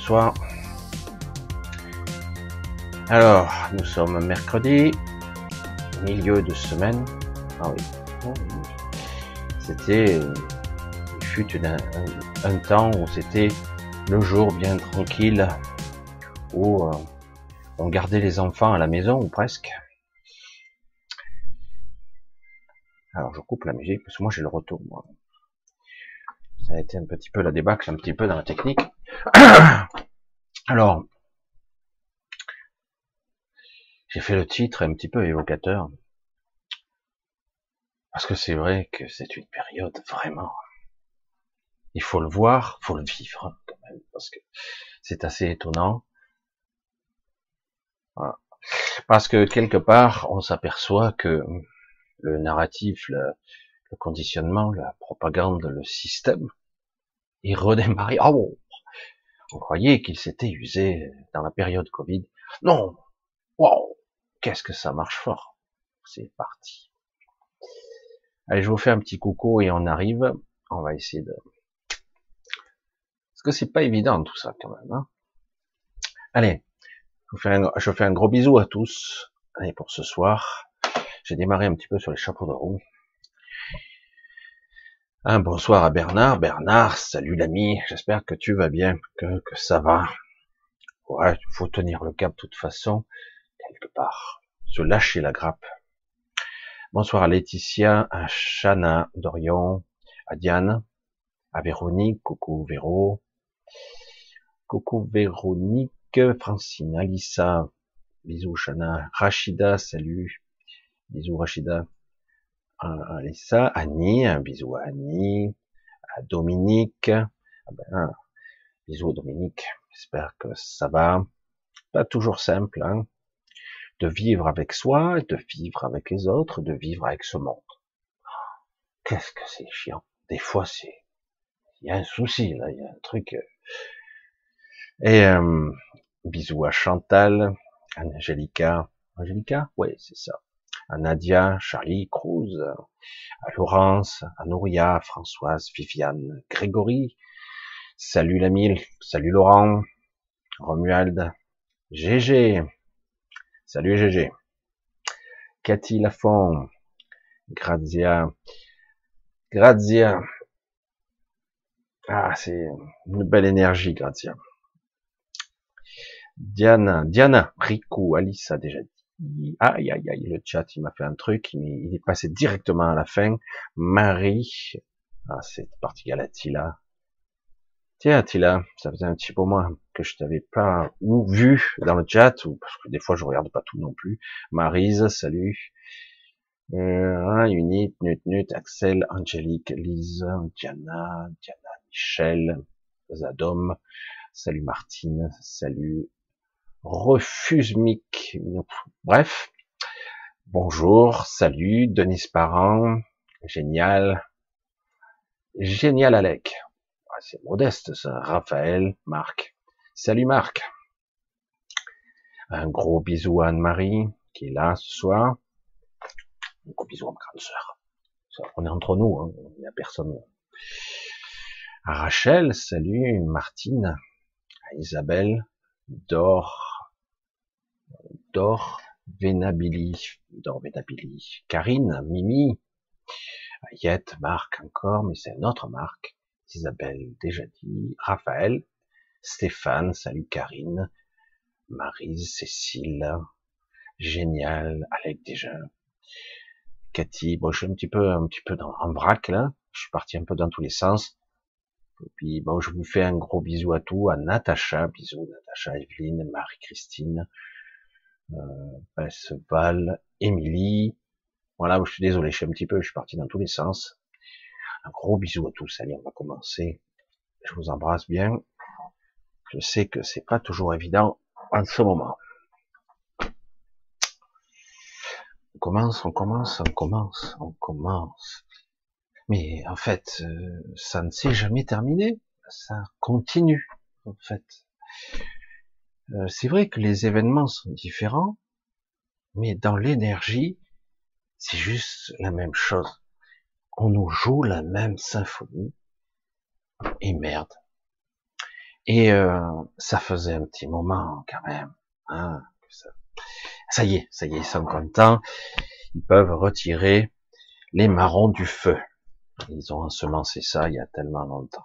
bonsoir. Alors, nous sommes mercredi, milieu de semaine. Ah oui. C'était, il fut un temps où c'était le jour bien tranquille, où on gardait les enfants à la maison, ou presque. Alors, je coupe la musique, parce que moi j'ai le retour, moi. Ça a été un petit peu la débâcle, un petit peu dans la technique. Alors, j'ai fait le titre un petit peu évocateur, parce que c'est vrai que c'est une période vraiment, il faut le voir, faut le vivre quand même, parce que c'est assez étonnant. Voilà. Parce que quelque part, on s'aperçoit que le narratif, le conditionnement, la propagande, le système, il redémarre. Oh, on croyait qu'il s'était usé dans la période Covid. Non, wow, qu'est-ce que ça marche fort. C'est parti. Allez, je vous fais un petit coucou et on arrive. On va essayer de... Parce que c'est pas évident tout ça quand même. Hein. Allez, je fais un gros bisou à tous. Allez, pour ce soir. J'ai démarré un petit peu sur les chapeaux de roue. Un bonsoir à Bernard. Bernard, salut l'ami. J'espère que tu vas bien, que ça va. Ouais, il faut tenir le cap de toute façon, quelque part. Se lâcher la grappe. Bonsoir à Laetitia, à Chana, Dorion, à Diane, à Véronique. Coucou Véro. Coucou Véronique, Francine, Alissa. Bisous Chana. Rachida, salut. Bisous Rachida. Alissa, Annie, un bisou à Annie, à Dominique, bisous Dominique, j'espère que ça va, pas toujours simple, hein, de vivre avec soi, de vivre avec les autres, de vivre avec ce monde. Qu'est-ce que c'est chiant, des fois il y a un souci, là, il y a un truc, et bisous à Chantal, à Angelica, ouais, c'est ça, à Nadia, Charlie, Cruz, à Laurence, à Nouria, Françoise, Viviane, Grégory, salut l'ami, salut Laurent, Romuald, GG, salut GG, Cathy Lafont, Grazia, c'est une belle énergie, Grazia. Diana, Rico, Alice a déjà dit, aïe, le chat, il m'a fait un truc, il est passé directement à la fin, Marie, c'est parti à Attila. Tiens, Attila, ça faisait un petit moment que je t'avais pas vu dans le chat, ou parce que des fois je regarde pas tout non plus. Maryse, salut. Unit, Nut, Axel, Angélique, Lise, Diana, Michel, Zadom, salut Martine, salut Refusmic, bref, bonjour, salut, Denise Parent, génial Alec. C'est modeste ça. Raphaël, Marc. Salut Marc. Un gros bisou à Anne-Marie, qui est là ce soir. Un gros bisou à ma grande sœur. On est entre nous, hein. Il n'y a personne. À Rachel, salut. Martine. À Isabelle. Dor Venabili. Karine, Mimi. À Yette, Marc encore, mais c'est un autre Marc. Isabelle, déjà dit. Raphaël. Stéphane, salut Karine. Maryse, Cécile, génial, Alec déjà, Cathy, bon, je suis un petit peu en vrac là, je suis parti un peu dans tous les sens. Et puis bon, je vous fais un gros bisou à tous, à Natacha, bisous Natacha, Evelyne, Marie-Christine, Val, Émilie. Voilà, je suis désolé, je suis parti dans tous les sens. Un gros bisou à tous, allez, on va commencer. Je vous embrasse bien. Je sais que c'est pas toujours évident en ce moment. On commence. Mais en fait, ça ne s'est jamais terminé. Ça continue, en fait. C'est vrai que les événements sont différents, mais dans l'énergie, c'est juste la même chose. On nous joue la même symphonie. Et merde. Et ça faisait un petit moment quand même. Hein, ça y est, ils sont contents. Ils peuvent retirer les marrons du feu. Ils ont ensemencé ça il y a tellement longtemps.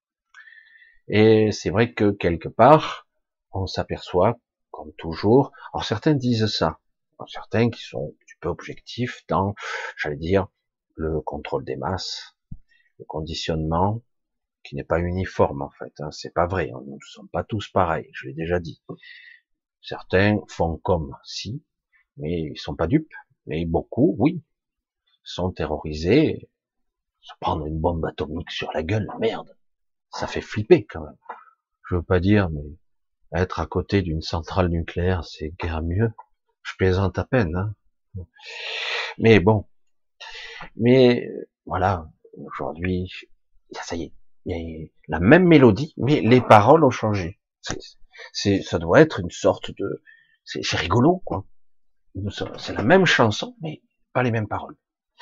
Et c'est vrai que quelque part, on s'aperçoit, comme toujours, alors certains disent ça, alors certains qui sont un petit peu objectifs dans, j'allais dire, le contrôle des masses, le conditionnement, qui n'est pas uniforme en fait, hein, c'est pas vrai, nous ne sommes pas tous pareils, je l'ai déjà dit. Certains font comme si, mais ils sont pas dupes, mais beaucoup, oui, sont terrorisés, se prendre une bombe atomique sur la gueule, merde, ça fait flipper quand même. Je veux pas dire, mais être à côté d'une centrale nucléaire, c'est guère mieux. Je plaisante à peine, hein. Mais bon, mais voilà, aujourd'hui, ça y est, il y a la même mélodie, mais les paroles ont changé. Ça doit être une sorte de, c'est rigolo, quoi. C'est la même chanson, mais pas les mêmes paroles.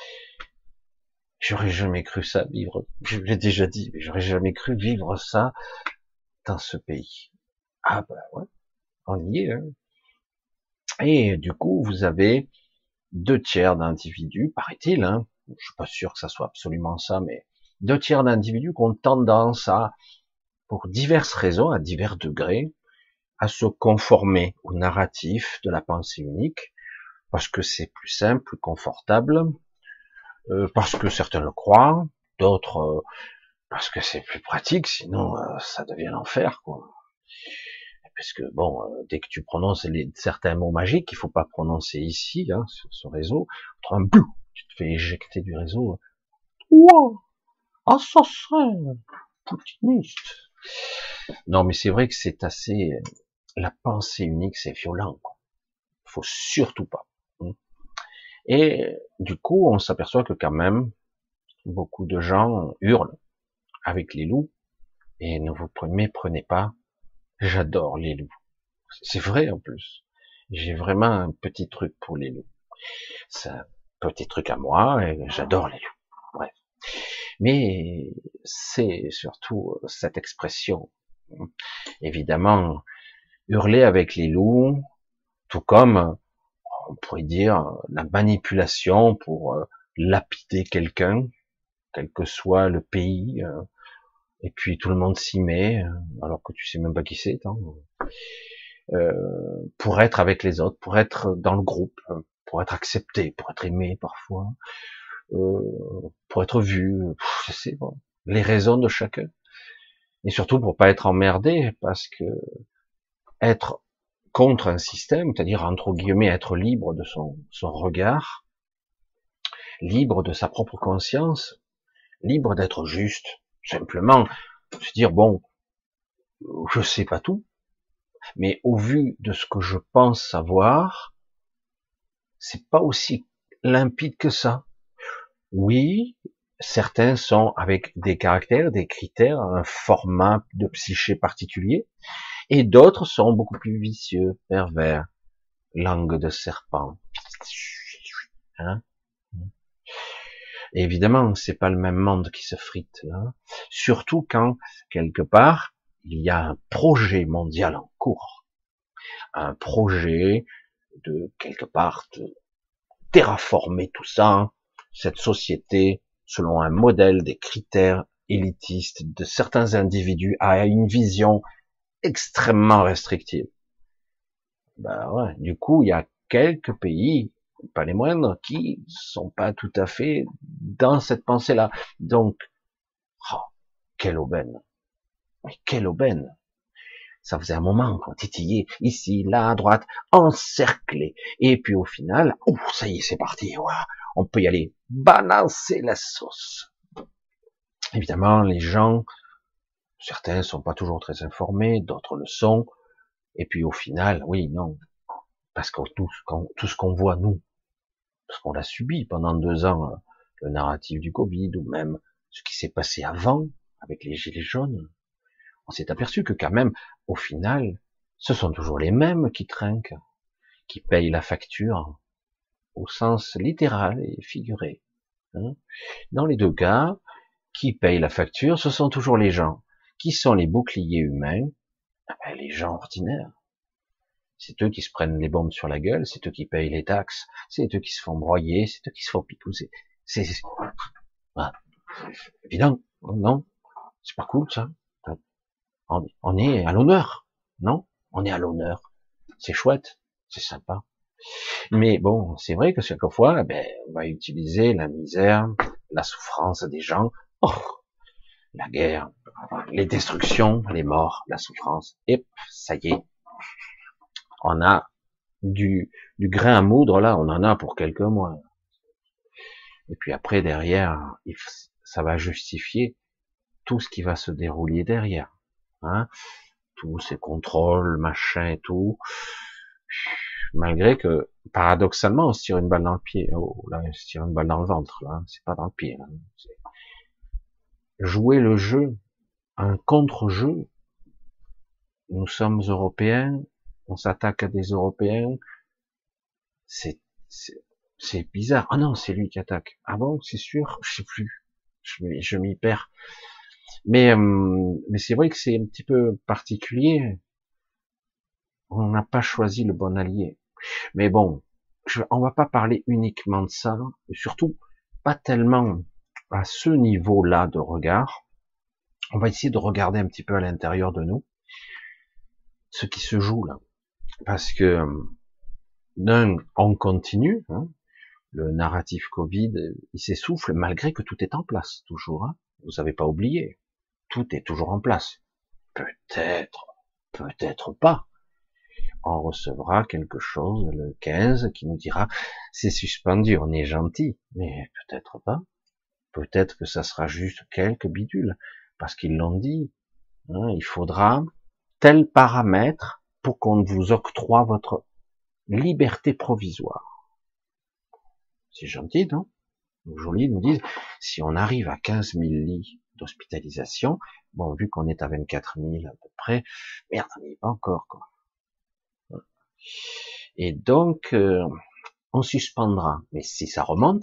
J'aurais jamais cru ça vivre, je l'ai déjà dit, mais j'aurais jamais cru vivre ça dans ce pays. Ah bah ouais, on y est, hein. Et du coup, vous avez 2 tiers d'individus, paraît-il, hein, je suis pas sûr que ça soit absolument ça, mais 2 tiers d'individus qui ont tendance à, pour diverses raisons, à divers degrés, à se conformer au narratif de la pensée unique, parce que c'est plus simple, plus confortable, parce que certains le croient, d'autres parce que c'est plus pratique, sinon ça devient l'enfer, quoi. Parce que bon, dès que tu prononces certains mots magiques, il faut pas prononcer ici, hein, sur ce réseau, autrement, boum, tu te fais éjecter du réseau. Wow, assassin, poutiniste. Non, mais c'est vrai que c'est assez, la pensée unique, c'est violent, quoi. Faut surtout pas. Et du coup, on s'aperçoit que quand même, beaucoup de gens hurlent avec les loups, et ne vous méprenez pas, j'adore les loups. C'est vrai en plus. J'ai vraiment un petit truc pour les loups. C'est un petit truc à moi, et j'adore les loups. Bref. Mais c'est surtout cette expression. Évidemment, hurler avec les loups, tout comme, on pourrait dire, la manipulation pour lapider quelqu'un, quel que soit le pays, et puis tout le monde s'y met, alors que tu sais même pas qui c'est, pour être avec les autres, pour être dans le groupe, pour être accepté, pour être aimé parfois, pour être vu, je sais pas, les raisons de chacun, et surtout pour pas être emmerdé, parce que être contre un système, c'est-à-dire entre guillemets être libre de son regard, libre de sa propre conscience, libre d'être juste, simplement se dire bon, je sais pas tout, mais au vu de ce que je pense savoir, c'est pas aussi limpide que ça. Oui, certains sont avec des caractères, des critères, un format de psyché particulier, et d'autres sont beaucoup plus vicieux, pervers, langue de serpent. Hein, et évidemment, c'est pas le même monde qui se frite là. Surtout quand quelque part il y a un projet mondial en cours, un projet de quelque part de terraformer tout ça, cette société selon un modèle, des critères élitistes de certains individus à une vision extrêmement restrictive. Ben ouais, du coup, il y a quelques pays, pas les moindres, qui sont pas tout à fait dans cette pensée-là. Donc, oh, quelle aubaine. Mais quelle aubaine. Ça faisait un moment qu'on titillait ici, là, à droite, encerclé. Et puis au final, ouf, ça y est, c'est parti. Ouah, on peut y aller. Balancer la sauce. Évidemment, les gens, certains sont pas toujours très informés, d'autres le sont. Et puis au final, oui, non. Parce que tout ce qu'on voit, nous, parce qu'on l'a subi pendant 2 ans, le narratif du Covid, ou même ce qui s'est passé avant, avec les gilets jaunes, on s'est aperçu que quand même, au final, ce sont toujours les mêmes qui trinquent, qui payent la facture, au sens littéral et figuré. Hein. Dans les deux cas, qui payent la facture, ce sont toujours les gens Qui sont les boucliers humains? Ah ben, les gens ordinaires. C'est eux qui se prennent les bombes sur la gueule, c'est eux qui payent les taxes, c'est eux qui se font broyer, c'est eux qui se font picousser. Voilà. C'est évident, non? C'est pas cool, ça? On est à l'honneur, non? On est à l'honneur. C'est chouette, c'est sympa. Mais bon, c'est vrai que quelquefois, ben, on va utiliser la misère, la souffrance des gens, oh, la guerre, les destructions, les morts, la souffrance, et ça y est, on a du grain à moudre, là, on en a pour quelques mois. Et puis après, derrière, ça va justifier tout ce qui va se dérouler derrière. Hein, tous ces contrôles, machin et tout. Malgré que, paradoxalement, on se tire une balle dans le pied. Oh, là, on se tire une balle dans le ventre, là. C'est pas dans le pied, là. Jouer le jeu, un contre-jeu. Nous sommes Européens, on s'attaque à des Européens. C'est bizarre. Ah non, c'est lui qui attaque. Ah bon, c'est sûr? Je sais plus. Je m'y perds. Mais c'est vrai que c'est un petit peu particulier. On n'a pas choisi le bon allié. Mais bon, on va pas parler uniquement de ça, et surtout pas tellement à ce niveau-là de regard. On va essayer de regarder un petit peu à l'intérieur de nous ce qui se joue là, parce que d'un, on continue, hein, le narratif Covid, il s'essouffle malgré que tout est en place toujours. Hein. Vous n'avez pas oublié, tout est toujours en place. Peut-être, peut-être pas. On recevra quelque chose le 15 qui nous dira c'est suspendu, on est gentil, mais peut-être pas. Peut-être que ça sera juste quelques bidules, parce qu'ils l'ont dit. Hein, il faudra tel paramètre pour qu'on vous octroie votre liberté provisoire. C'est gentil, non? Joli, ils nous disent, si on arrive à 15 000 lits d'hospitalisation, bon, vu qu'on est à 24 000 à peu près, merde, on n'y est pas encore, quoi. Et donc, on suspendra. Mais si ça remonte,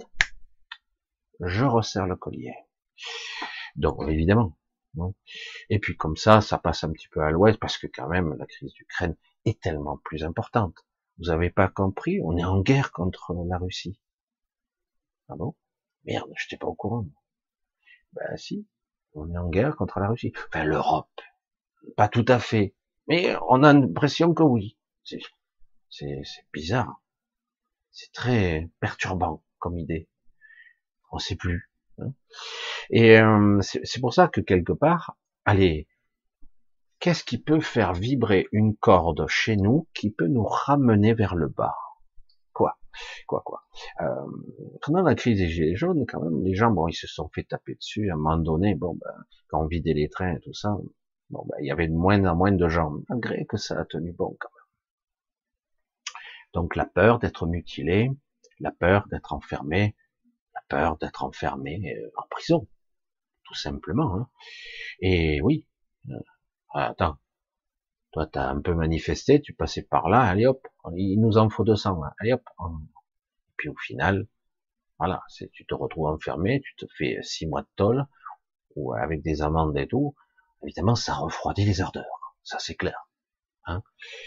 je resserre le collier. Donc, évidemment. Non. Et puis, comme ça passe un petit peu à l'ouest, parce que quand même, la crise d'Ukraine est tellement plus importante. Vous avez pas compris? On est en guerre contre la Russie. Ah bon? Merde, j'étais pas au courant. Ben si, on est en guerre contre la Russie. Enfin, l'Europe. Pas tout à fait. Mais on a l'impression que oui. C'est bizarre. C'est très perturbant comme idée. On sait plus. Hein. Et c'est pour ça que quelque part, allez, qu'est-ce qui peut faire vibrer une corde chez nous qui peut nous ramener vers le bas? Quoi pendant la crise des Gilets jaunes, quand même, les gens, bon, ils se sont fait taper dessus à un moment donné. Bon, ben, quand on vidait les trains et tout ça, bon, ben, il y avait de moins en moins de gens, malgré que ça a tenu bon quand même. Donc la peur d'être mutilé, la peur d'être enfermé, la peur d'être enfermé en prison, tout simplement. Hein. Et oui, attends, toi t'as un peu manifesté, tu passais par là, allez hop, il nous en faut 200, là. Allez hop. Et puis au final, voilà, tu te retrouves enfermé, tu te fais 6 mois de tôle, ou avec des amendes et tout. Évidemment, ça refroidit les ardeurs, ça c'est clair. Hein.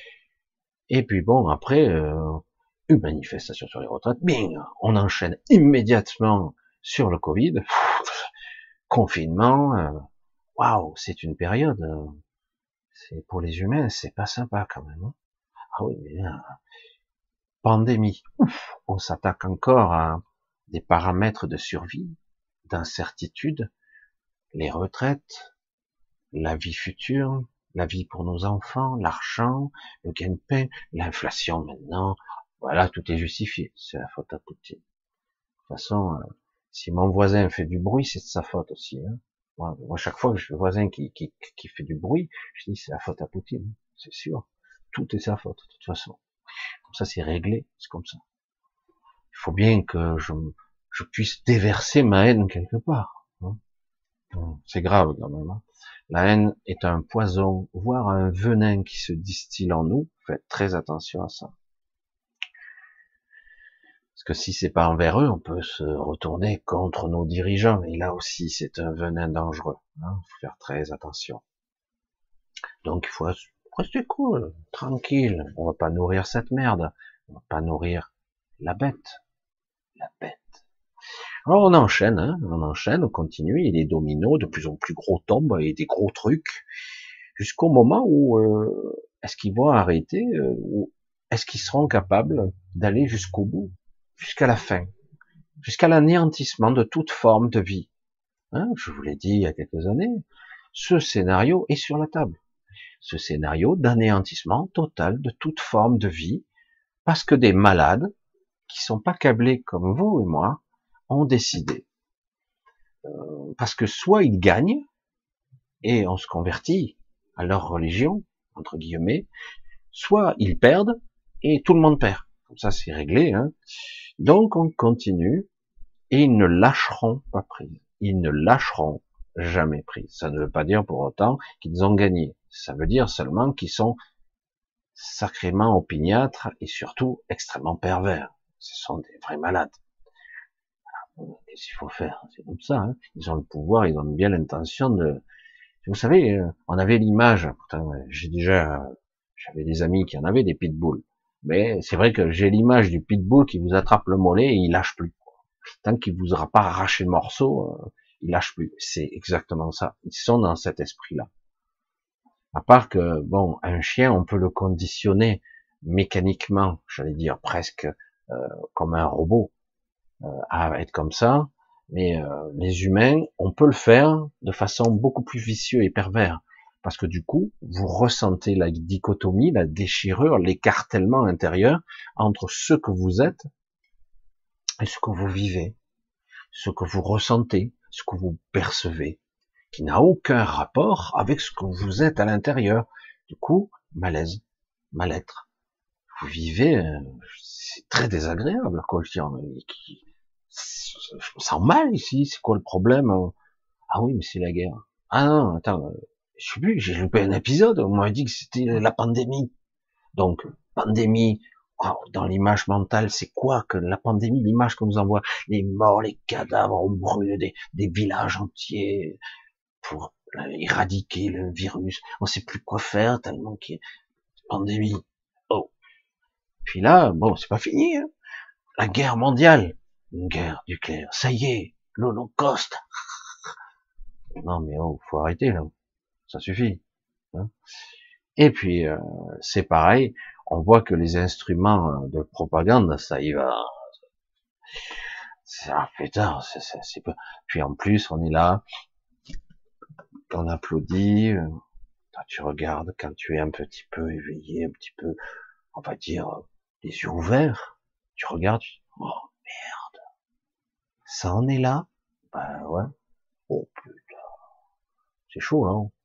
Et puis bon, après, une manifestation sur les retraites, bing, on enchaîne immédiatement sur le Covid, confinement, waouh, c'est une période, c'est pour les humains, c'est pas sympa quand même. Hein. Ah oui, mais pandémie, ouf, on s'attaque encore à des paramètres de survie, d'incertitude, les retraites, la vie future, la vie pour nos enfants, l'argent, le gagne-pain, l'inflation maintenant, voilà, tout est justifié, c'est la faute à Poutine. De toute façon, si mon voisin fait du bruit, c'est de sa faute aussi. Hein. Moi, chaque fois que je vois un voisin qui fait du bruit, je dis c'est la faute à Poutine, c'est sûr. Tout est sa faute, de toute façon. Comme ça, c'est réglé, c'est comme ça. Il faut bien que je puisse déverser ma haine quelque part. Hein. C'est grave quand même. Hein. La haine est un poison, voire un venin qui se distille en nous. Faites très attention à ça. Parce que si c'est pas envers eux, on peut se retourner contre nos dirigeants. Et là aussi, c'est un venin dangereux. Hein. Faut faire très attention. Donc il faut rester cool, tranquille. On va pas nourrir cette merde. On va pas nourrir la bête. La bête. Alors on enchaîne, on continue, et les dominos de plus en plus gros tombent, et des gros trucs, jusqu'au moment où est-ce qu'ils vont arrêter, ou est-ce qu'ils seront capables d'aller jusqu'au bout, jusqu'à la fin, jusqu'à l'anéantissement de toute forme de vie. Hein, je vous l'ai dit il y a quelques années, ce scénario est sur la table. Ce scénario d'anéantissement total de toute forme de vie, parce que des malades, qui sont pas câblés comme vous et moi, ont décidé. Parce que soit ils gagnent, et on se convertit à leur religion, entre guillemets, soit ils perdent, et tout le monde perd. Comme ça, c'est réglé. Hein. Donc, on continue, et ils ne lâcheront pas prise. Ils ne lâcheront jamais prise. Ça ne veut pas dire pour autant qu'ils ont gagné. Ça veut dire seulement qu'ils sont sacrément opiniâtres et surtout extrêmement pervers. Ce sont des vrais malades. Qu'est-ce qu'il faut faire? C'est comme ça. Hein. Ils ont le pouvoir, ils ont bien l'intention de... Vous savez, on avait l'image, pourtant j'avais des amis qui en avaient des pitbulls, mais c'est vrai que j'ai l'image du pitbull qui vous attrape le mollet et il lâche plus. Tant qu'il vous aura pas arraché le morceau, il lâche plus. C'est exactement ça. Ils sont dans cet esprit-là. À part que, bon, un chien, on peut le conditionner mécaniquement, j'allais dire presque comme un robot, à être comme ça, mais les humains, on peut le faire de façon beaucoup plus vicieuse et pervers, parce que du coup, vous ressentez la dichotomie, la déchirure, l'écartèlement intérieur entre ce que vous êtes et ce que vous vivez, ce que vous ressentez, ce que vous percevez, qui n'a aucun rapport avec ce que vous êtes à l'intérieur. Du coup, malaise, mal-être. Vous vivez, c'est très désagréable, quoi. Je veux dire, je me sens mal ici, c'est quoi le problème? Ah oui, mais c'est la guerre. Ah non, attends, je sais plus, j'ai loupé un épisode, on m'a dit que c'était la pandémie. Donc, pandémie, oh, dans l'image mentale, c'est quoi que la pandémie, l'image qu'on nous envoie? Les morts, les cadavres, on brûle des villages entiers pour éradiquer le virus. On sait plus quoi faire tellement qu'il y a pandémie. Oh. Puis là, bon, c'est pas fini, hein. La guerre mondiale, une guerre nucléaire, ça y est, l'Holocauste. Non mais oh, faut arrêter là, ça suffit. Hein. Et puis c'est pareil, on voit que les instruments de propagande, ça y va, ça fait tard, c'est pas. Puis en plus on est là, on applaudit, quand tu regardes, quand tu es un petit peu éveillé, un petit peu, on va dire, les yeux ouverts, tu regardes, tu dis, oh merde, ça en est là, bah ouais, oh putain, c'est chaud là. Hein.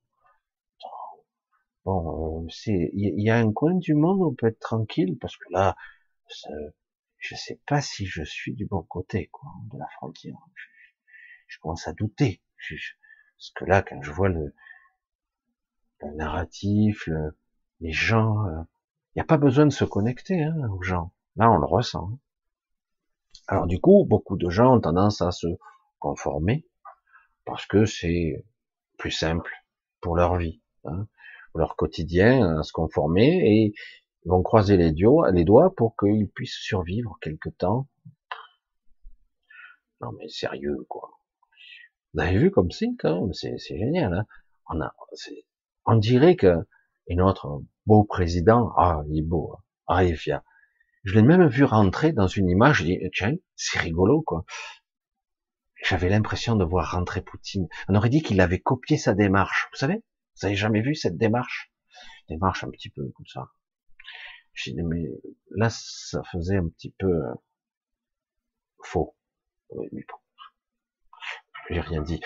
Bon, il y a un coin du monde où on peut être tranquille parce que là, ça- je sais pas si je suis du bon côté, quoi, de la frontière. Je commence à douter. Parce que là, quand je vois le narratif, les gens, il n'y a pas besoin de se connecter hein, aux gens. Là, on le ressent. Hein. Alors du coup, beaucoup de gens ont tendance à se conformer parce que c'est plus simple pour leur vie, hein, pour leur quotidien, à se conformer et ils vont croiser les doigts pour qu'ils puissent survivre quelque temps. Non mais sérieux quoi. Vous avez vu comme c'est quand même, c'est génial. Hein. On dirait que et notre beau président, ah il est beau, hein. Ah il est fier. Je l'ai même vu rentrer dans une image, je dis tiens c'est rigolo quoi. J'avais l'impression de voir rentrer Poutine. On aurait dit qu'il avait copié sa démarche. Vous savez, vous avez jamais vu cette démarche? Démarche un petit peu comme ça. J'ai dit, mais là, ça faisait un petit peu faux. Oui, mais bon, j'ai rien dit.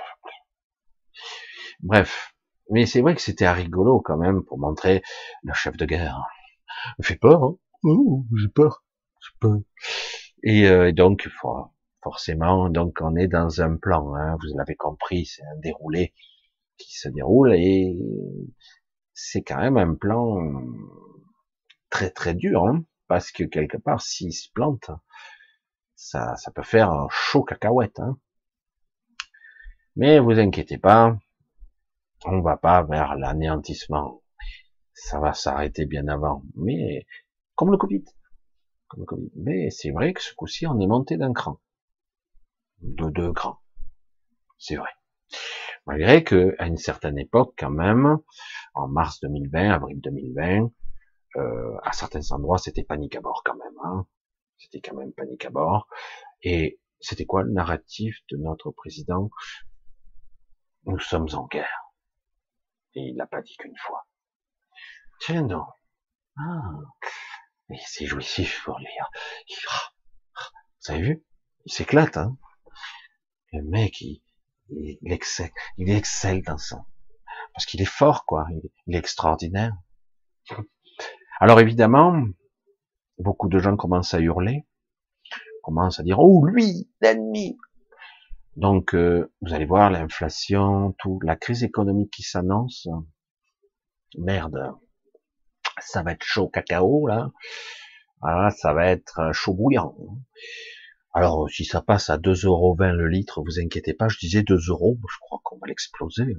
Bref. Mais c'est vrai que c'était rigolo quand même pour montrer le chef de guerre. Il fait peur, hein? Oh, j'ai peur. J'ai peur. Et donc, forcément, donc on est dans un plan, hein, vous l'avez compris, c'est un déroulé qui se déroule et c'est quand même un plan très très dur, hein, parce que quelque part, s'il se plante, ça peut faire un chaud cacahuète. Hein. Mais vous inquiétez pas, On va pas vers l'anéantissement. Ça va s'arrêter bien avant. Mais, comme le Covid. Comme le Covid. Mais c'est vrai que ce coup-ci, on est monté d'un cran. De 2 crans. C'est vrai. Malgré que, à une certaine époque, quand même, en mars 2020, avril 2020, à certains endroits, c'était panique à bord quand même. Hein. C'était quand même panique à bord. Et c'était quoi le narratif de notre président? Nous sommes en guerre. Et il l'a pas dit qu'une fois. Tiens donc. Ah, mais c'est jouissif pour lui. Hein. Vous avez vu? Il s'éclate, hein. Le mec, il excelle dans ça. Parce qu'il est fort, quoi. Il est extraordinaire. Alors évidemment, beaucoup de gens commencent à hurler, commencent à dire, oh, lui, l'ennemi. Donc, vous allez voir l'inflation, tout, la crise économique qui s'annonce. Merde, ça va être chaud cacao, là. Ah, ça va être chaud bouillant. Alors, si ça passe à 2,20 € le litre, vous inquiétez pas, je disais 2 euros, je crois qu'on va l'exploser.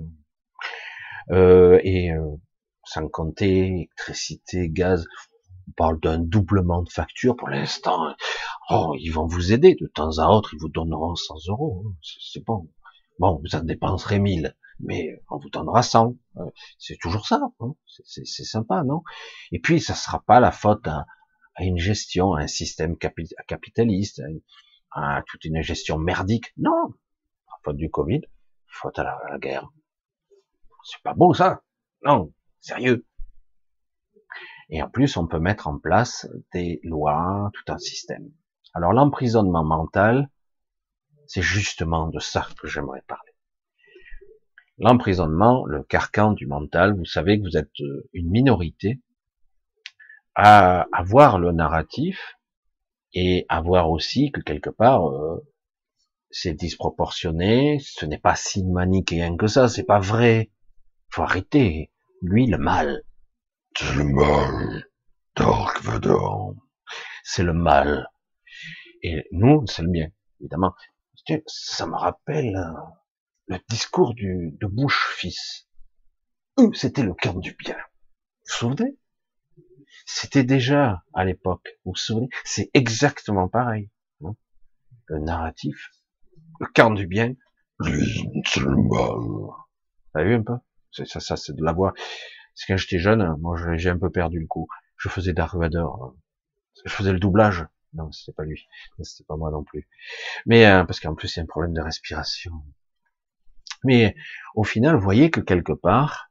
Sans compter électricité, gaz, on parle d'un doublement de facture pour l'instant. Oh, ils vont vous aider, de temps à autre, ils vous donneront 100 euros, hein. C'est bon. Bon, vous en dépenserez 1000, mais on vous donnera 100. C'est toujours ça, hein. C'est sympa, non? Et puis, ça sera pas la faute à une gestion, à un système capitaliste, à toute une gestion merdique. Non, la faute du Covid, faute à la guerre. C'est pas beau ça. Non, sérieux. Et en plus, on peut mettre en place des lois, tout un système. Alors l'emprisonnement mental, c'est justement de ça que j'aimerais parler. L'emprisonnement, le carcan du mental, vous savez que vous êtes une minorité à avoir le narratif et à voir aussi que quelque part, c'est disproportionné, ce n'est pas si manichéen que ça, c'est pas vrai. Faut arrêter. Lui, le mal. C'est le mal. Dark Vador. C'est le mal. Et nous, c'est le bien, évidemment. Ça me rappelle le discours de Bush fils. Eux, c'était le camp du bien. Vous vous souvenez? C'était déjà à l'époque. Vous vous souvenez? C'est exactement pareil. Hein, le narratif. Le camp du bien. Lui, c'est le mal. Vous avez vu un peu? C'est ça, c'est de la voix. C'est quand j'étais jeune, moi, j'ai un peu perdu le coup. Je faisais Dark Vador. Je faisais le doublage. Non, c'était pas lui. C'était pas moi non plus. Mais parce qu'en plus, il y a un problème de respiration. Mais au final, vous voyez que quelque part,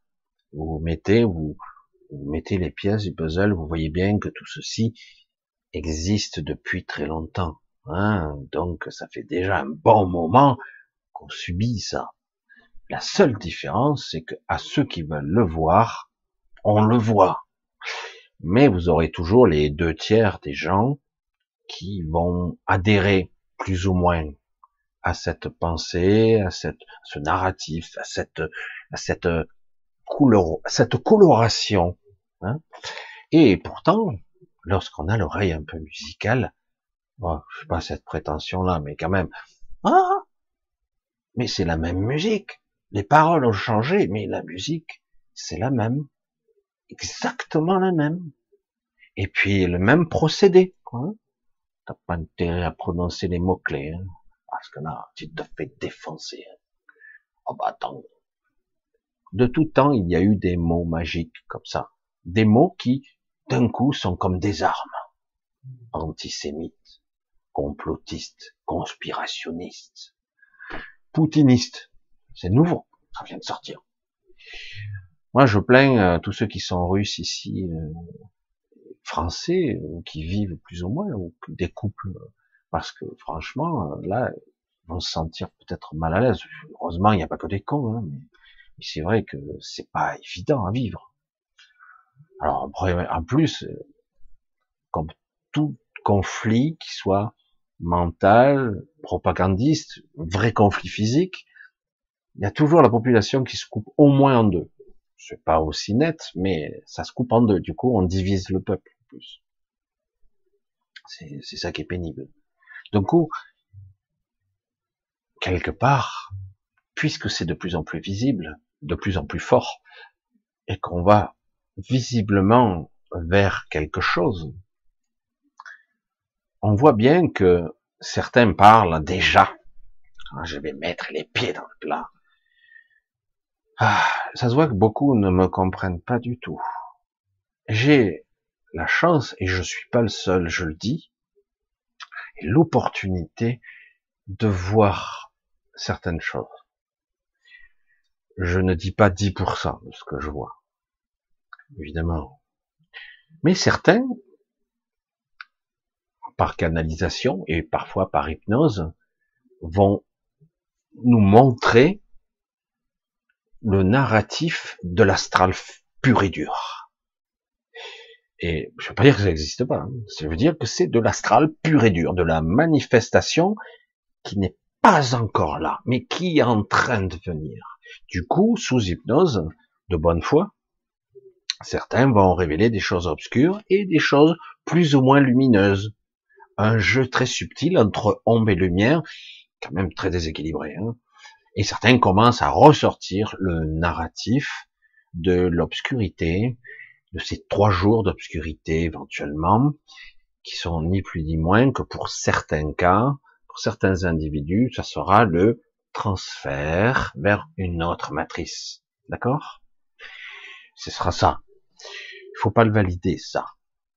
vous mettez les pièces du puzzle, vous voyez bien que tout ceci existe depuis très longtemps. Hein, donc, ça fait déjà un bon moment qu'on subit ça. La seule différence, c'est que à ceux qui veulent le voir, on le voit. Mais vous aurez toujours les 2 tiers des gens qui vont adhérer plus ou moins à cette pensée, à ce narratif, à cette cette coloration. Hein. Et pourtant, lorsqu'on a l'oreille un peu musicale, bon, je sais pas cette prétention-là, mais quand même, ah, mais c'est la même musique. Les paroles ont changé, mais la musique, c'est la même, exactement la même. Et puis le même procédé, quoi. T'as pas intérêt à prononcer les mots-clés, hein, parce que là, tu te fais défoncer. Hein. Oh bah attends. De tout temps, il y a eu des mots magiques comme ça. Des mots qui, d'un coup, sont comme des armes. Antisémites, complotistes, conspirationnistes, poutinistes. C'est nouveau. Ça vient de sortir. Moi, je plains tous ceux qui sont russes ici, français, qui vivent plus ou moins, ou des couples, parce que franchement, là, ils vont se sentir peut-être mal à l'aise. Heureusement, il n'y a pas que des cons, hein, mais c'est vrai que c'est pas évident à vivre. Alors, en plus, comme tout conflit qui soit mental, propagandiste, vrai conflit physique, il y a toujours la population qui se coupe au moins en deux. C'est pas aussi net, mais ça se coupe en deux. Du coup, on divise le peuple en plus. C'est ça qui est pénible. Du coup, quelque part, puisque c'est de plus en plus visible, de plus en plus fort, et qu'on va visiblement vers quelque chose. On voit bien que certains parlent déjà, je vais mettre les pieds dans le plat. Ça se voit que beaucoup ne me comprennent pas du tout. J'ai la chance, et je suis pas le seul, je le dis, et l'opportunité de voir certaines choses. Je ne dis pas 10% de ce que je vois, évidemment. Mais certains, par canalisation et parfois par hypnose, vont nous montrer le narratif de l'astral pur et dur. Et je ne veux pas dire que ça n'existe pas, hein. Ça veut dire que c'est de l'astral pur et dur, de la manifestation qui n'est pas encore là, mais qui est en train de venir. Du coup, sous hypnose, de bonne foi, certains vont révéler des choses obscures et des choses plus ou moins lumineuses. Un jeu très subtil entre ombre et lumière, quand même très déséquilibré, hein. Et certains commencent à ressortir le narratif de l'obscurité, de ces 3 jours d'obscurité éventuellement, qui sont ni plus ni moins que pour certains cas, pour certains individus, ça sera le transfert vers une autre matrice. D'accord? Ce sera ça. Il faut pas le valider, ça.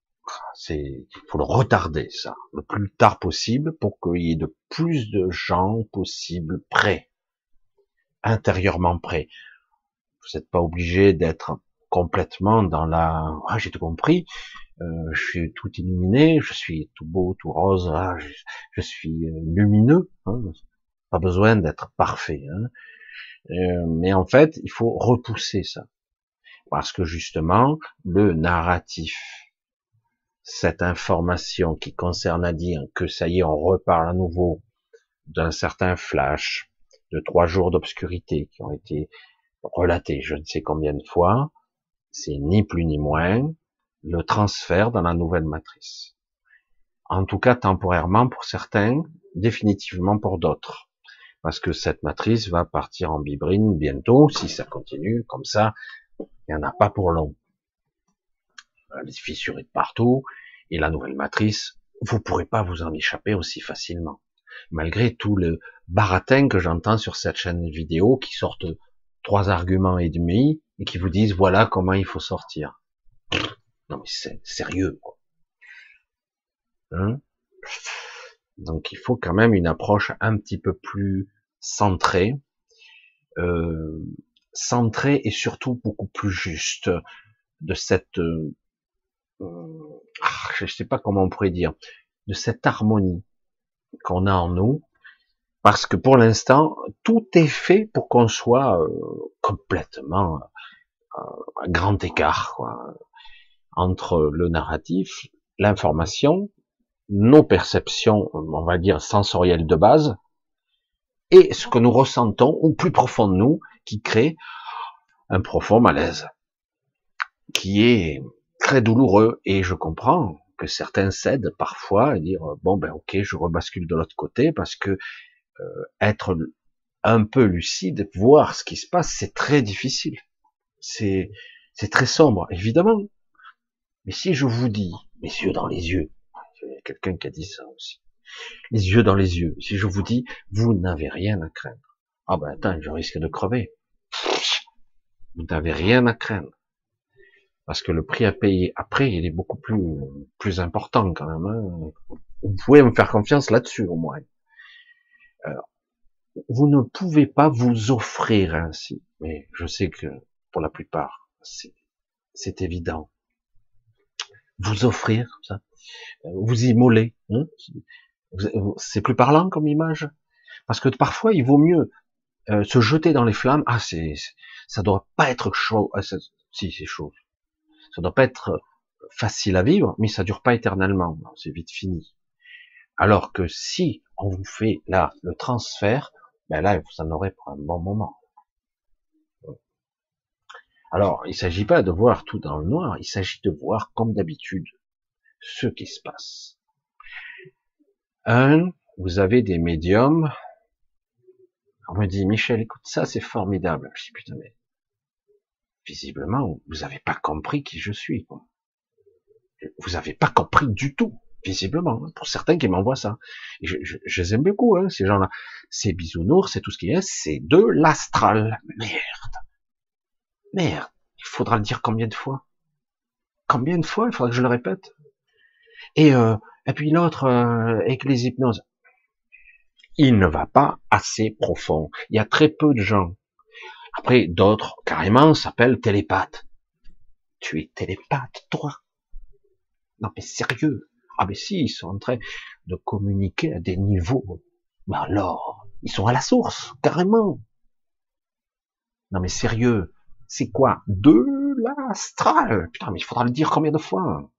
Il faut le retarder, ça, le plus tard possible pour qu'il y ait de plus de gens possibles prêts, intérieurement prêts. Vous n'êtes pas obligé d'être complètement dans la, j'ai tout compris, je suis tout illuminé, je suis tout beau, tout rose, je suis lumineux, hein. Pas besoin d'être parfait, hein. Mais en fait, il faut repousser ça, parce que justement, le narratif, cette information qui concerne à dire que ça y est, on reparle à nouveau d'un certain flash, de 3 jours d'obscurité qui ont été relatés je ne sais combien de fois, c'est ni plus ni moins le transfert dans la nouvelle matrice. En tout cas, temporairement pour certains, définitivement pour d'autres. Parce que cette matrice va partir en bibrine bientôt, si ça continue comme ça, il n'y en a pas pour long. Les fissures de partout, et la nouvelle matrice, vous pourrez pas vous en échapper aussi facilement. Malgré tout le baratin que j'entends sur cette chaîne vidéo, qui sortent 3 arguments et demi, et qui vous disent voilà comment il faut sortir. Non mais c'est sérieux, quoi. Hein? Donc il faut quand même une approche un petit peu plus centrée, et surtout beaucoup plus juste de cette, je sais pas comment on pourrait dire, de cette harmonie qu'on a en nous, parce que pour l'instant tout est fait pour qu'on soit complètement à grand écart, quoi, entre le narratif, l'information, nos perceptions, on va dire sensorielles de base, et ce que nous ressentons au plus profond de nous, qui crée un profond malaise, qui est très douloureux. Et je comprends que certains cèdent parfois et dire bon ben ok, je rebascule de l'autre côté, parce que être un peu lucide, voir ce qui se passe, c'est très difficile, c'est très sombre, évidemment. Mais si je vous dis, les yeux dans les yeux, il y a quelqu'un qui a dit ça aussi, les yeux dans les yeux, si je vous dis, vous n'avez rien à craindre, ah ben attends, je risque de crever, vous n'avez rien à craindre, parce que le prix à payer après, il est beaucoup plus important quand même, hein. Vous pouvez me faire confiance là-dessus au moins. Vous ne pouvez pas vous offrir ainsi, mais je sais que pour la plupart, c'est évident. Vous offrir comme ça, vous immoler, hein, c'est plus parlant comme image, parce que parfois il vaut mieux se jeter dans les flammes. Ça doit pas être chaud, si c'est chaud, ça doit pas être facile à vivre, mais ça dure pas éternellement, c'est vite fini. Alors que si on vous fait là le transfert, ben là vous en aurez pour un bon moment. Alors il s'agit pas de voir tout dans le noir, il s'agit de voir comme d'habitude ce qui se passe. Vous avez des médiums. On me dit, Michel, écoute, ça c'est formidable. Je dis, putain, mais Visiblement, vous n'avez pas compris qui je suis, quoi. Vous n'avez pas compris du tout, visiblement, hein, pour certains qui m'envoient ça. Et je les aime beaucoup, hein, ces gens-là. C'est bisounours, c'est tout ce qu'il y a, c'est de l'astral. Merde, il faudra le dire combien de fois? Combien de fois il faudra que je le répète? Et puis l'autre, avec les hypnoses, il ne va pas assez profond. Il y a très peu de gens. Après, d'autres, carrément, s'appellent télépathes. Tu es télépathe, toi? Non, mais sérieux. Ah, mais si, ils sont en train de communiquer à des niveaux. Mais alors, ils sont à la source, carrément. Non, mais sérieux. C'est quoi? De l'astral. Putain, mais il faudra le dire combien de fois?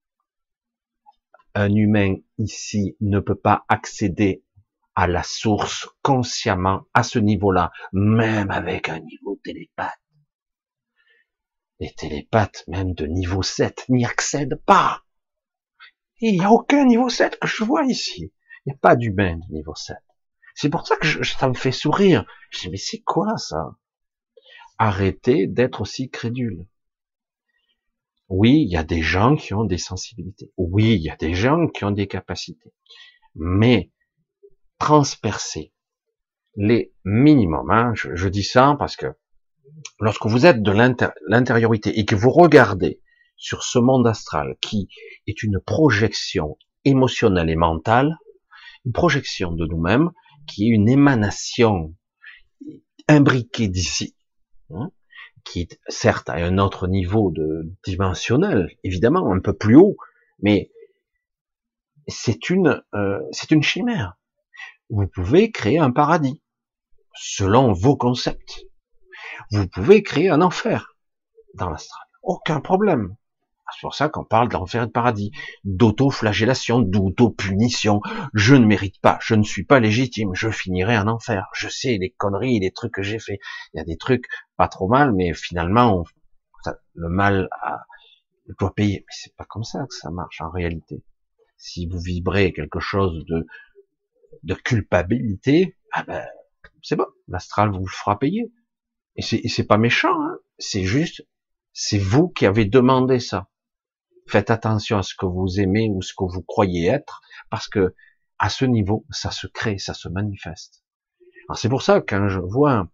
Un humain ici ne peut pas accéder à la source consciemment à ce niveau-là, même avec un niveau télépathe. Les télépathes, même de niveau 7, n'y accèdent pas. Et il n'y a aucun niveau 7 que je vois ici. Il n'y a pas d'humain de niveau 7. C'est pour ça que ça me fait sourire. Je dis, mais c'est quoi ça? Arrêtez d'être aussi crédule. Oui, il y a des gens qui ont des sensibilités. Oui, il y a des gens qui ont des capacités. Mais transpercer les minimums, hein, je dis ça parce que lorsque vous êtes de l'intériorité et que vous regardez sur ce monde astral qui est une projection émotionnelle et mentale, une projection de nous-mêmes, qui est une émanation imbriquée d'ici, hein, qui est certes à un autre niveau de dimensionnel, évidemment, un peu plus haut, mais c'est une chimère. Vous pouvez créer un paradis, selon vos concepts. Vous pouvez créer un enfer dans l'astral. Aucun problème. C'est pour ça qu'on parle d'enfer et de paradis, d'auto-flagellation, d'auto-punition. Je ne mérite pas, je ne suis pas légitime, je finirai en enfer. Je sais les conneries, les trucs que j'ai fait. Il y a des trucs pas trop mal, mais finalement, le mal doit payer. Mais c'est pas comme ça que ça marche en réalité. Si vous vibrez quelque chose de culpabilité, ah ben, c'est bon, l'astral vous le fera payer. Et c'est pas méchant, hein, c'est juste, c'est vous qui avez demandé ça. Faites attention à ce que vous aimez ou ce que vous croyez être, parce que à ce niveau, ça se crée, ça se manifeste. Alors c'est pour ça que quand je vois,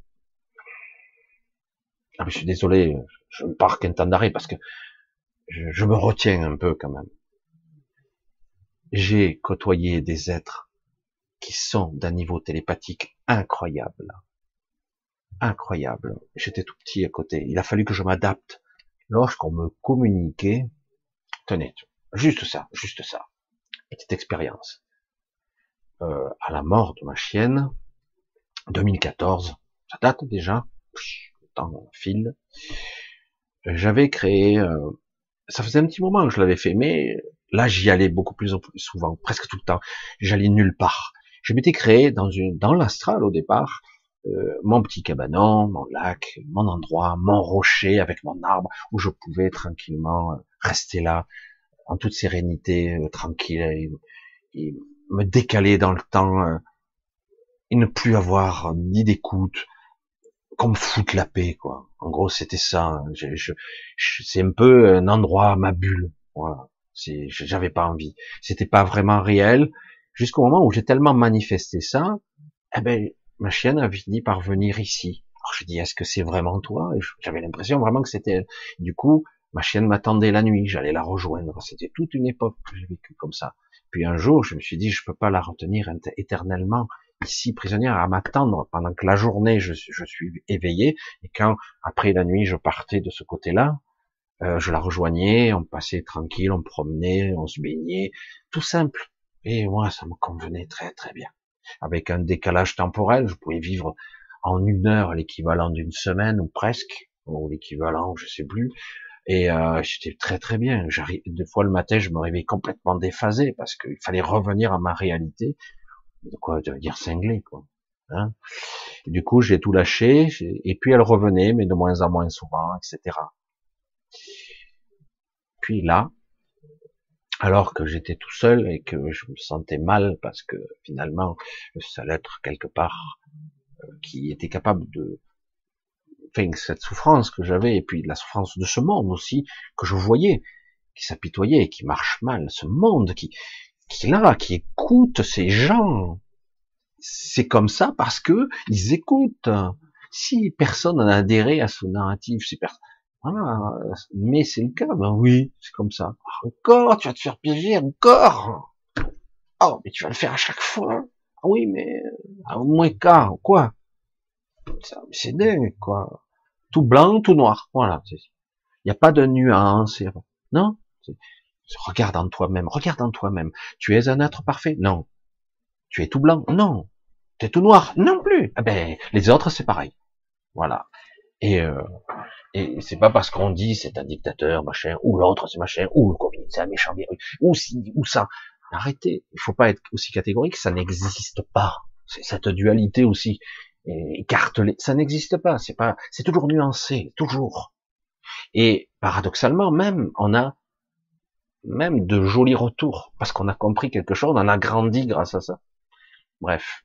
ah, je suis désolé, je me pars qu'un temps d'arrêt parce que je me retiens un peu quand même. J'ai côtoyé des êtres qui sont d'un niveau télépathique incroyable, incroyable. J'étais tout petit à côté. Il a fallu que je m'adapte. Lorsqu'on me communiquait, tenez, juste ça, petite expérience. À la mort de ma chienne, 2014, ça date déjà, le temps file. J'avais créé, ça faisait un petit moment que je l'avais fait, mais là j'y allais beaucoup plus souvent, presque tout le temps. J'allais nulle part. Je m'étais créé dans l'astral au départ, mon petit cabanon, mon lac, mon endroit, mon rocher avec mon arbre où je pouvais tranquillement rester là en toute sérénité, tranquille, et me décaler dans le temps et ne plus avoir ni d'écoute, qu'on me foute la paix, quoi. En gros, c'était ça. Hein. C'est un peu un endroit, ma bulle. Voilà. J'avais pas envie. C'était pas vraiment réel. Jusqu'au moment où j'ai tellement manifesté ça, eh ben, ma chienne a fini par venir ici. Alors je dis, est-ce que c'est vraiment toi? Et j'avais l'impression vraiment que c'était elle. Du coup, ma chienne m'attendait la nuit. J'allais la rejoindre. C'était toute une époque que j'ai vécu comme ça. Puis un jour, je me suis dit, je peux pas la retenir éternellement ici prisonnière à m'attendre pendant que la journée je suis éveillé et quand après la nuit je partais de ce côté-là, je la rejoignais, on passait tranquille, on promenait, on se baignait, tout simple. Et moi ça me convenait très très bien. Avec un décalage temporel, je pouvais vivre en 1 heure l'équivalent d'une semaine ou presque, ou l'équivalent, je sais plus. Et j'étais très très bien. J'arrive des fois le matin, je me réveillais complètement déphasé parce qu'il fallait revenir à ma réalité. De quoi de dire cinglé, quoi. Hein, et du coup, j'ai tout lâché, et puis elle revenait, mais de moins en moins souvent, etc. Puis là, alors que j'étais tout seul et que je me sentais mal parce que finalement, le seul être quelque part qui était capable enfin, cette souffrance que j'avais, et puis la souffrance de ce monde aussi, que je voyais, qui s'apitoyait, qui marche mal, ce monde qui est là, qui écoute ces gens. C'est comme ça parce que ils écoutent. Si personne n'a adhéré à ce narratif, si personne, voilà, mais c'est le cas, ben oui, c'est comme ça. Encore, tu vas te faire piéger, encore. Oh, mais tu vas le faire à chaque fois. Ah oui, mais au moins quart, quoi. C'est dingue, quoi. Tout blanc, tout noir. Voilà. Il n'y a pas de nuance. Non. Regarde en toi-même. Regarde en toi-même. Tu es un être parfait? Non. Tu es tout blanc? Non. Tu es tout noir? Non plus. Ah ben, les autres, c'est pareil. Voilà. Et c'est pas parce qu'on dit c'est un dictateur, machin, ou l'autre c'est machin, ou le Covid c'est un méchant virus, ou si, ou ça. Arrêtez. Il faut pas être aussi catégorique. Ça n'existe pas. C'est cette dualité aussi. Écartelée. Ça n'existe pas. C'est toujours nuancé. Toujours. Et paradoxalement, même, on a même de jolis retours. Parce qu'on a compris quelque chose. On a grandi grâce à ça. Bref.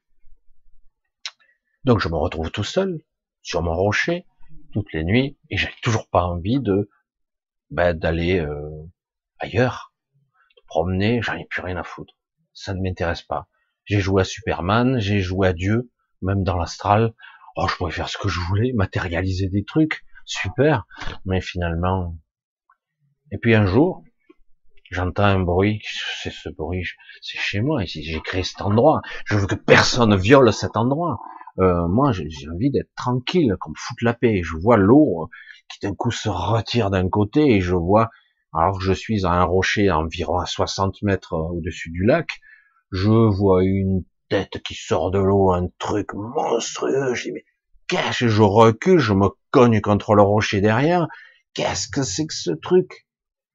Donc je me retrouve tout seul, sur mon rocher, toutes les nuits, et j'ai toujours pas envie d'aller ailleurs, de promener, j'en ai plus rien à foutre. Ça ne m'intéresse pas. J'ai joué à Superman, j'ai joué à Dieu, même dans l'astral. Oh, je pouvais faire ce que je voulais, matérialiser des trucs, super. Mais finalement, et puis un jour, j'entends un bruit, c'est ce bruit, c'est chez moi, ici, j'ai créé cet endroit. Je veux que personne viole cet endroit. Moi, j'ai envie d'être tranquille, qu'on me foute la paix. Je vois l'eau qui d'un coup se retire d'un côté et je vois, alors que je suis à un rocher environ à 60 mètres au-dessus du lac, je vois une tête qui sort de l'eau, un truc monstrueux. Je dis, mais qu'est-ce que je recule, je me cogne contre le rocher derrière. Qu'est-ce que c'est que ce truc?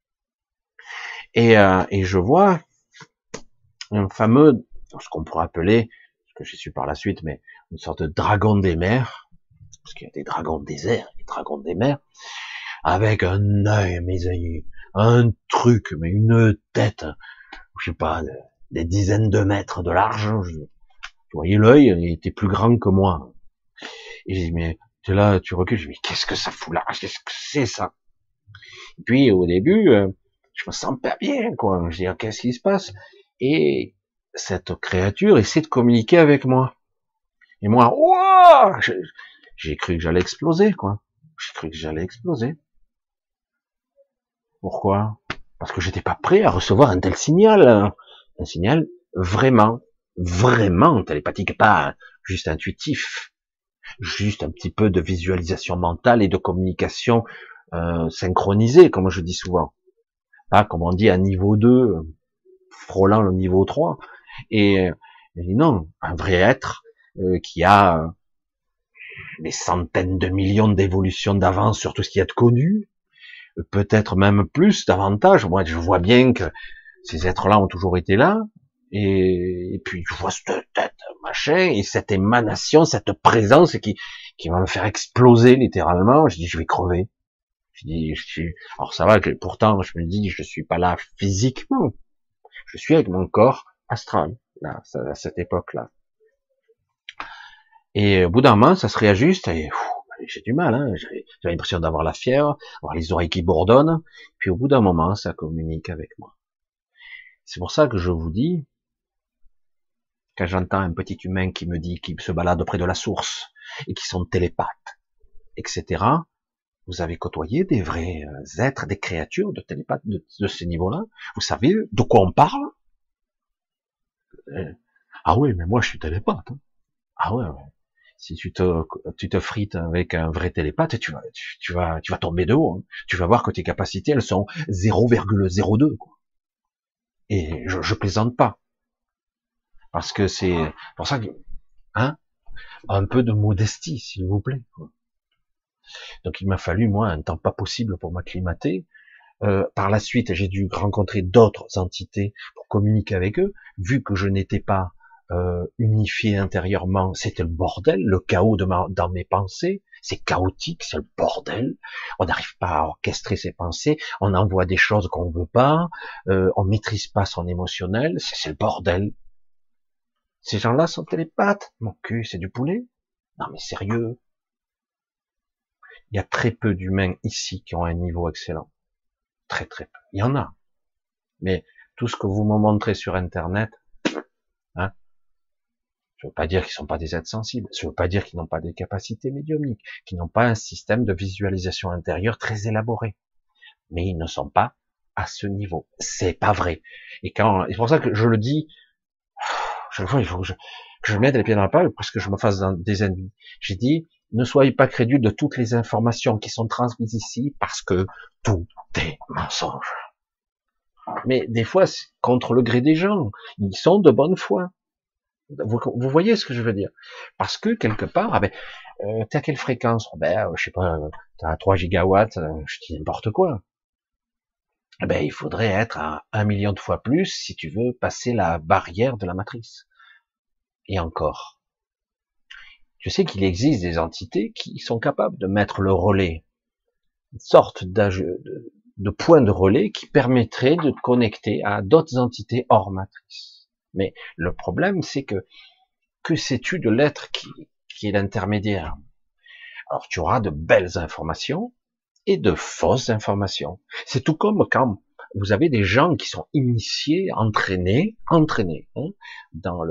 Et je vois un fameux, ce qu'on pourrait appeler, ce que j'ai su par la suite, mais une sorte de dragon des mers, parce qu'il y a des dragons des déserts, des dragons des mers, avec un œil, mes amis, un truc, mais une tête, je sais pas, des dizaines de mètres de large. Vous voyez l'œil, il était plus grand que moi. Et j'ai dit, mais t'es là, tu recules, je dis, mais qu'est-ce que ça fout là? Qu'est-ce que c'est ça? Et puis au début, je me sens pas bien, quoi. Je dis, qu'est-ce qui se passe? Et cette créature essaie de communiquer avec moi. Et moi, ouah, j'ai cru que j'allais exploser, quoi. J'ai cru que j'allais exploser. Pourquoi? Parce que j'étais pas prêt à recevoir un tel signal. Un signal vraiment, vraiment télépathique, pas juste intuitif. Juste un petit peu de visualisation mentale et de communication synchronisée, comme je dis souvent. Pas, comme on dit, à niveau 2, frôlant le niveau 3. Et non, un vrai être qui a des centaines de millions d'évolutions d'avance sur tout ce qu'il y a de connu, peut-être même plus, davantage. Moi, je vois bien que ces êtres-là ont toujours été là, et puis je vois cette tête, machin, et cette émanation, cette présence qui va me faire exploser littéralement. Je dis, je vais crever. Alors ça va, pourtant, je me dis, je suis pas là physiquement, je suis avec mon corps astral, là, à cette époque-là. Et au bout d'un moment, ça se réajuste, et j'ai du mal, hein. J'ai l'impression d'avoir la fièvre, avoir les oreilles qui bourdonnent, puis au bout d'un moment, ça communique avec moi. C'est pour ça que je vous dis, quand j'entends un petit humain qui me dit qu'il se balade auprès de la source, et qui sont télépathes, etc., vous avez côtoyé des vrais êtres, des créatures de télépathes de ce niveau-là. Vous savez de quoi on parle? Ah oui, mais moi je suis télépathe. Hein. Ah ouais, ouais. Si tu te frites avec un vrai télépathe, tu vas tomber de haut. Hein. Tu vas voir que tes capacités, elles sont 0,02. Quoi. Et je plaisante pas. Parce que c'est pour ça que, hein, un peu de modestie, s'il vous plaît. Quoi. Donc il m'a fallu, moi, un temps pas possible pour m'acclimater. Par la suite, j'ai dû rencontrer d'autres entités pour communiquer avec eux. Vu que je n'étais pas unifié intérieurement, c'était le bordel, le chaos dans mes pensées. C'est chaotique, c'est le bordel. On n'arrive pas à orchestrer ses pensées. On envoie des choses qu'on veut pas. On maîtrise pas son émotionnel. C'est le bordel. Ces gens-là sont télépathes. Mon cul, c'est du poulet. Non mais sérieux. Il y a très peu d'humains ici qui ont un niveau excellent. Très très peu. Il y en a. Mais tout ce que vous me montrez sur Internet, hein, je veux pas dire qu'ils sont pas des êtres sensibles. Je veux pas dire qu'ils n'ont pas des capacités médiumniques, qu'ils n'ont pas un système de visualisation intérieure très élaboré. Mais ils ne sont pas à ce niveau. C'est pas vrai. Et c'est pour ça que je le dis, chaque fois, il faut que je mette les pieds dans la pâte parce que je me fasse des ennemis. J'ai dit, ne soyez pas crédules de toutes les informations qui sont transmises ici parce que tout est mensonge. Mais des fois, c'est contre le gré des gens. Ils sont de bonne foi. Vous voyez ce que je veux dire? Parce que quelque part, ah ben, t'es à quelle fréquence? Je sais pas, t'es à 3 gigawatts, je dis n'importe quoi. Eh ben, il faudrait être à 1 million de fois plus si tu veux passer la barrière de la matrice. Et encore. Tu sais qu'il existe des entités qui sont capables de mettre le relais, une sorte de point de relais qui permettrait de te connecter à d'autres entités hors matrice. Mais le problème, c'est que sais-tu de l'être qui est l'intermédiaire? Alors tu auras de belles informations et de fausses informations. C'est tout comme quand vous avez des gens qui sont initiés, entraînés, hein, dans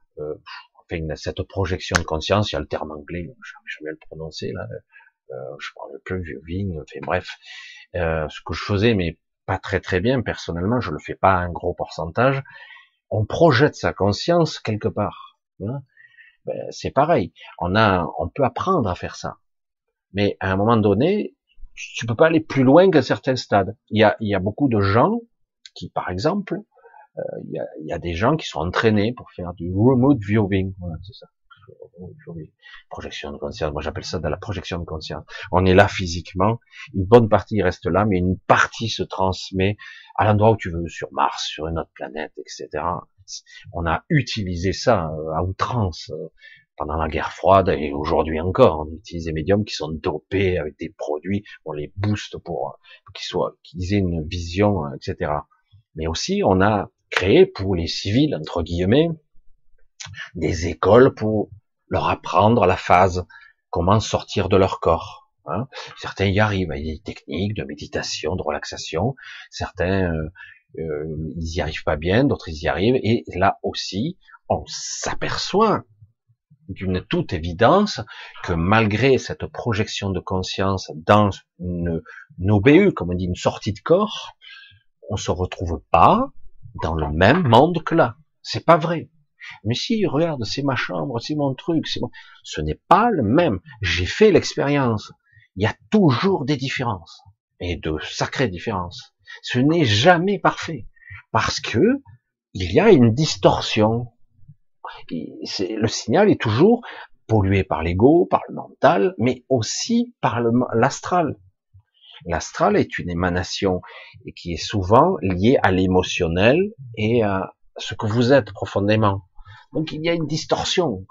cette projection de conscience. Il y a le terme anglais, je vais le prononcer là. Je parle plus viewing, enfin bref, ce que je faisais, mais pas très très bien personnellement. Je le fais pas à un gros pourcentage. On projette sa conscience quelque part. Hein. Ben, c'est pareil. On peut apprendre à faire ça, mais à un moment donné, tu peux pas aller plus loin qu'à certains stades. Il y a beaucoup de gens qui, par exemple, il y a des gens qui sont entraînés pour faire du remote viewing. Voilà, c'est ça. Projection de conscience. Moi, j'appelle ça de la projection de conscience. On est là physiquement. Une bonne partie reste là, mais une partie se transmet à l'endroit où tu veux, sur Mars, sur une autre planète, etc. On a utilisé ça à outrance pendant la guerre froide et aujourd'hui encore. On utilise des médiums qui sont dopés avec des produits, on les booste pour qu'ils aient une vision, etc. Mais aussi, on a créé pour les civils, entre guillemets, des écoles pour leur apprendre la phase, comment sortir de leur corps. Hein. Certains y arrivent, il y a des techniques de méditation, de relaxation. Certains, ils y arrivent pas bien, d'autres ils y arrivent. Et là aussi, on s'aperçoit d'une toute évidence que malgré cette projection de conscience dans une OBU, comme on dit, une sortie de corps, on se retrouve pas dans le même monde que là. C'est pas vrai. Mais si, regarde, c'est ma chambre, c'est mon truc, ce n'est pas le même. J'ai fait l'expérience. Il y a toujours des différences. Et de sacrées différences. Ce n'est jamais parfait. Parce que, il y a une distorsion. Le signal est toujours pollué par l'ego, par le mental, mais aussi par l'astral. L'astral est une émanation et qui est souvent liée à l'émotionnel et à ce que vous êtes profondément. Donc il y a une distorsion.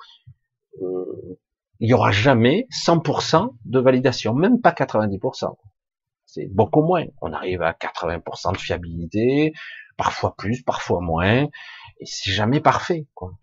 Il n'y aura jamais 100% de validation, même pas 90%. C'est beaucoup moins. On arrive à 80% de fiabilité, parfois plus, parfois moins, et c'est jamais parfait, quoi.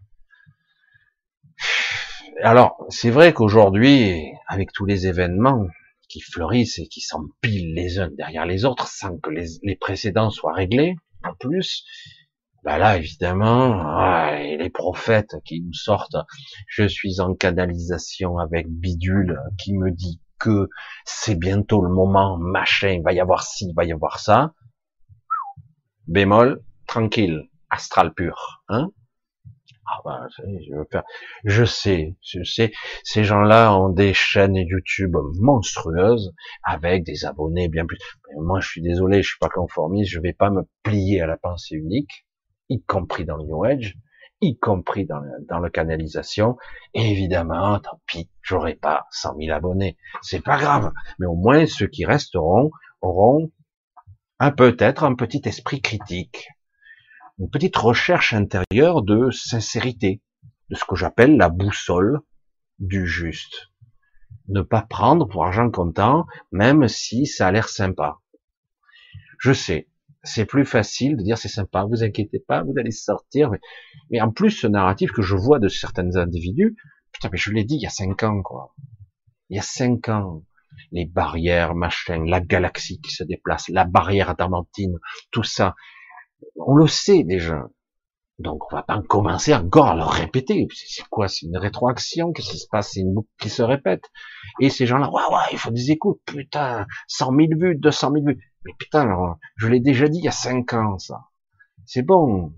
Alors, c'est vrai qu'aujourd'hui, avec tous les événements qui fleurissent et qui s'empilent les uns derrière les autres sans que les précédents soient réglés, en plus, ben là, évidemment, les prophètes qui nous sortent, je suis en canalisation avec bidule, qui me dit que c'est bientôt le moment, machin, il va y avoir ci, il va y avoir ça, bémol, tranquille, astral pur, hein. Ah ben, je sais, ces gens-là ont des chaînes YouTube monstrueuses avec des abonnés bien plus. Mais moi, je suis désolé, je suis pas conformiste, je vais pas me plier à la pensée unique, y compris dans le New Age, y compris dans la canalisation. Et évidemment, tant pis, j'aurai pas 100 000 abonnés, c'est pas grave. Mais au moins, ceux qui resteront auront peut-être un petit esprit critique, une petite recherche intérieure de sincérité, de ce que j'appelle la boussole du juste. Ne pas prendre pour argent comptant, même si ça a l'air sympa. Je sais, c'est plus facile de dire c'est sympa, vous inquiétez pas, vous allez sortir, mais en plus ce narratif que je vois de certains individus, putain mais je l'ai dit il y a 5 ans, quoi. Il y a 5 ans. les barrières, machin, la galaxie qui se déplace, la barrière adamantine, tout ça, on le sait déjà. Donc on va pas commencer encore à le répéter. C'est quoi? C'est une rétroaction? Qu'est-ce qui se passe? C'est une boucle qui se répète. Et ces gens-là, ouais, il faut des écoutes, putain, 100 000 vues, 200 000 vues. Mais putain, alors, je l'ai déjà dit il y a 5 ans, ça. C'est bon.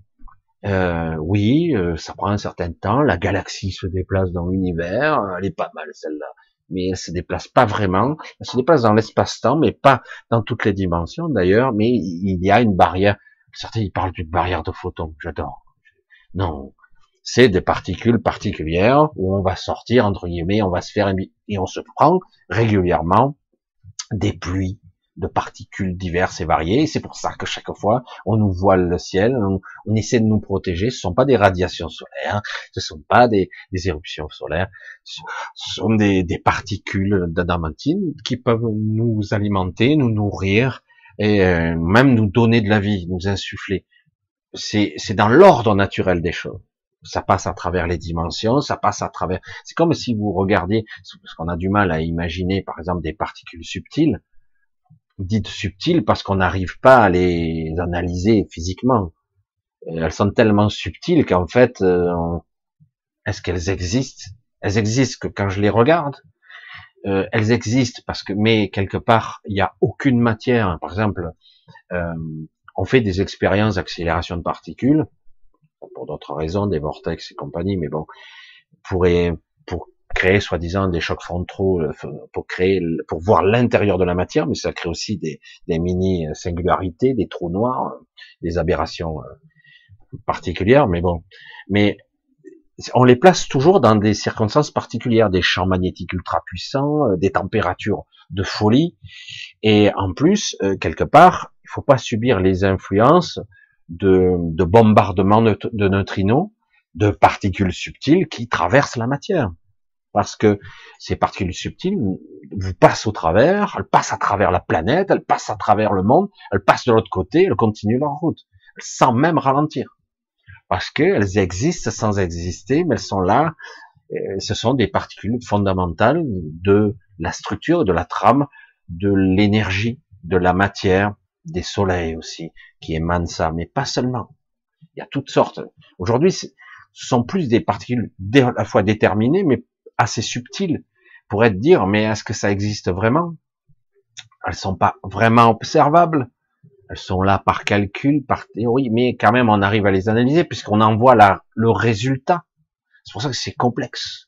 Oui, ça prend un certain temps. La galaxie se déplace dans l'univers. Elle est pas mal celle-là, mais elle se déplace pas vraiment. Elle se déplace dans l'espace-temps, mais pas dans toutes les dimensions d'ailleurs. Mais il y a une barrière. Certains ils parlent d'une barrière de photons. J'adore. Non, c'est des particules particulières où on va sortir entre guillemets, on va se faire et on se prend régulièrement des pluies de particules diverses et variées. Et c'est pour ça que chaque fois, on nous voile le ciel, on essaie de nous protéger. Ce sont pas des radiations solaires, ce sont pas des éruptions solaires, ce sont des particules d'adamantine qui peuvent nous alimenter, nous nourrir et même nous donner de la vie, nous insuffler. C'est dans l'ordre naturel des choses. Ça passe à travers les dimensions, ça passe à travers. C'est comme si vous regardiez, parce qu'on a du mal à imaginer, par exemple, des particules subtiles, dites subtiles parce qu'on n'arrive pas à les analyser physiquement. Elles sont tellement subtiles qu'en fait, est-ce qu'elles existent? Elles existent que quand je les regarde. Elles existent parce que, mais quelque part, il n'y a aucune matière. Par exemple, on fait des expériences d'accélération de particules, pour d'autres raisons, des vortex et compagnie, mais bon, pour créer soi-disant des chocs frontaux, pour voir l'intérieur de la matière, mais ça crée aussi des mini singularités, des trous noirs, des aberrations particulières, mais bon, mais on les place toujours dans des circonstances particulières, des champs magnétiques ultra puissants, des températures de folie, et en plus, quelque part, il faut pas subir les influences de bombardements de neutrinos, de particules subtiles qui traversent la matière. Parce que ces particules subtiles vous passent au travers, elles passent à travers la planète, elles passent à travers le monde, elles passent de l'autre côté, elles continuent leur route, sans même ralentir. Parce qu'elles existent sans exister, mais elles sont là. Ce sont des particules fondamentales de la structure, de la trame, de l'énergie, de la matière, des soleils aussi, qui émanent ça, mais pas seulement. Il y a toutes sortes. Aujourd'hui, ce sont plus des particules à la fois déterminées, mais assez subtiles, pour être dire, mais est-ce que ça existe vraiment? Elles sont pas vraiment observables. Elles sont là par calcul, par théorie, mais quand même on arrive à les analyser puisqu'on en voit le résultat. C'est pour ça que c'est complexe.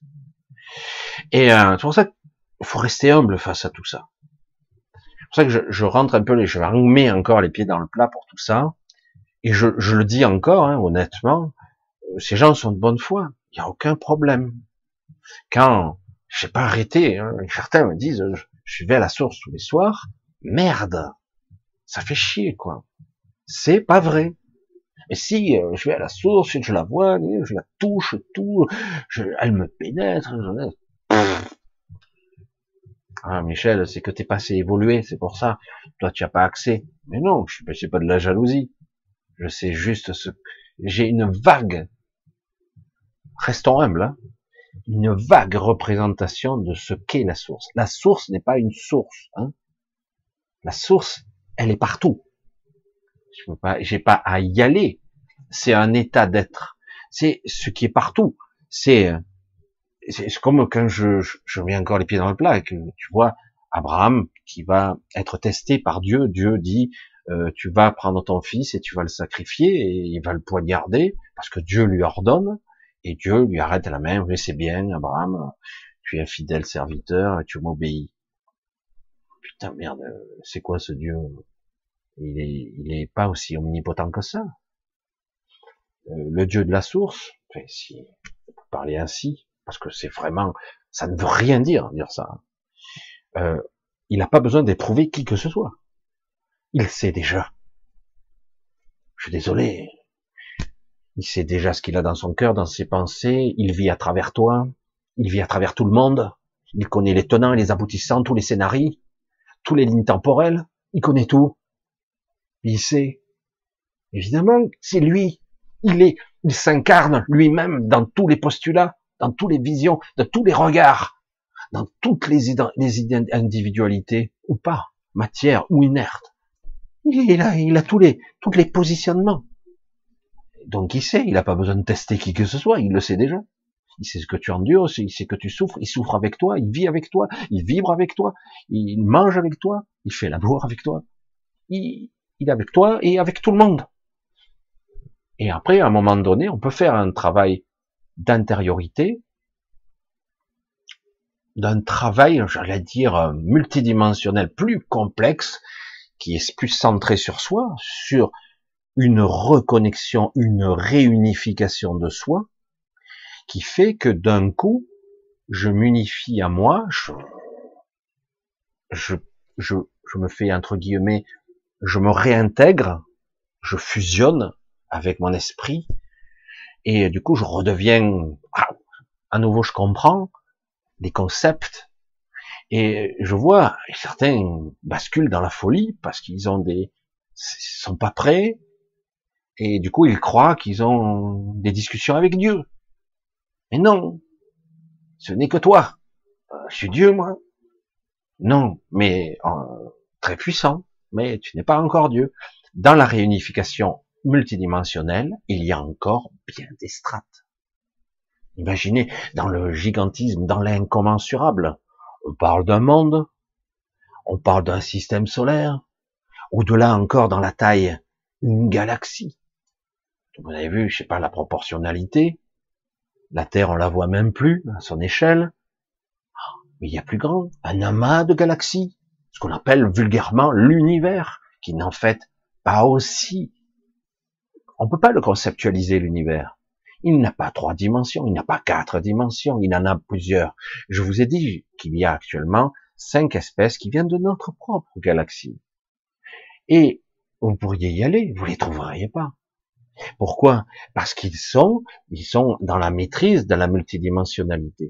Et c'est pour ça qu'il faut rester humble face à tout ça. C'est pour ça que je rentre un peu, je mets encore les pieds dans le plat pour tout ça. Et je le dis encore, hein, honnêtement, ces gens sont de bonne foi. Il n'y a aucun problème. Quand j'ai pas arrêté, hein, certains me disent, je vais à la source tous les soirs. Merde, ça fait chier, quoi. C'est pas vrai. Mais si je vais à la source, je la vois, je la touche, tout, elle me pénètre. Ah Michel, c'est que t'es pas assez évolué, c'est pour ça. Toi, tu as pas accès. Mais non, c'est pas de la jalousie. Je sais juste j'ai une vague. Restons humbles, hein. Une vague représentation de ce qu'est la source. La source n'est pas une source, hein. La source, elle est partout. J'ai pas à y aller. C'est un état d'être. C'est ce qui est partout. C'est comme quand je mets encore les pieds dans le plat et que tu vois Abraham qui va être testé par Dieu. Dieu dit, tu vas prendre ton fils et tu vas le sacrifier et il va le poignarder parce que Dieu lui ordonne et Dieu lui arrête la main. Oui, c'est bien, Abraham, tu es un fidèle serviteur et tu m'obéis. Putain, merde, c'est quoi ce Dieu? Il est pas aussi omnipotent que ça. Le Dieu de la source, enfin, si on peut parler ainsi, parce que c'est vraiment, ça ne veut rien dire ça. Il n'a pas besoin d'éprouver qui que ce soit. Il sait déjà. Je suis désolé. Il sait déjà ce qu'il a dans son cœur, dans ses pensées. Il vit à travers toi. Il vit à travers tout le monde. Il connaît les tenants et les aboutissants, tous les scénarios, tous les lignes temporelles. Il connaît tout. Il sait. Évidemment, c'est lui. Il s'incarne lui-même dans tous les postulats, dans toutes les visions, de tous les regards. dans toutes les individualités, ou pas, matière ou inerte. Il a tous les positionnements. Donc il sait, il n'a pas besoin de tester qui que ce soit, il le sait déjà. Il sait ce que tu endures, il sait que tu souffres, il souffre avec toi, il vit avec toi, il vibre avec toi, il mange avec toi, il fait l'amour avec toi, il est avec toi et avec tout le monde. Et après, à un moment donné, on peut faire un travail d'intériorité, d'un travail, j'allais dire, multidimensionnel, plus complexe, qui est plus centré sur soi, sur une reconnexion, une réunification de soi, qui fait que d'un coup, je m'unifie à moi, je, je me fais, entre guillemets, je me réintègre, je fusionne avec mon esprit, et du coup, je redeviens, à nouveau, je comprends des concepts, et je vois certains basculent dans la folie parce qu'ils sont pas prêts, et du coup, ils croient qu'ils ont des discussions avec Dieu. Mais non, ce n'est que toi. Je suis Dieu, moi. Non, mais très puissant, mais tu n'es pas encore Dieu. Dans la réunification multidimensionnelle, il y a encore bien des strates. Imaginez, dans le gigantisme, dans l'incommensurable, on parle d'un monde, on parle d'un système solaire, au-delà encore dans la taille, une galaxie. Vous avez vu, je sais pas, la proportionnalité, la Terre, on la voit même plus à son échelle, mais il y a plus grand, un amas de galaxies, ce qu'on appelle vulgairement l'univers, qui n'en fait pas aussi. On peut pas le conceptualiser, l'univers. Il n'a pas 3 dimensions, il n'a pas 4 dimensions, il en a plusieurs. Je vous ai dit qu'il y a actuellement 5 espèces qui viennent de notre propre galaxie. Et vous pourriez y aller, vous les trouveriez pas. Pourquoi? Parce qu'ils sont dans la maîtrise de la multidimensionnalité.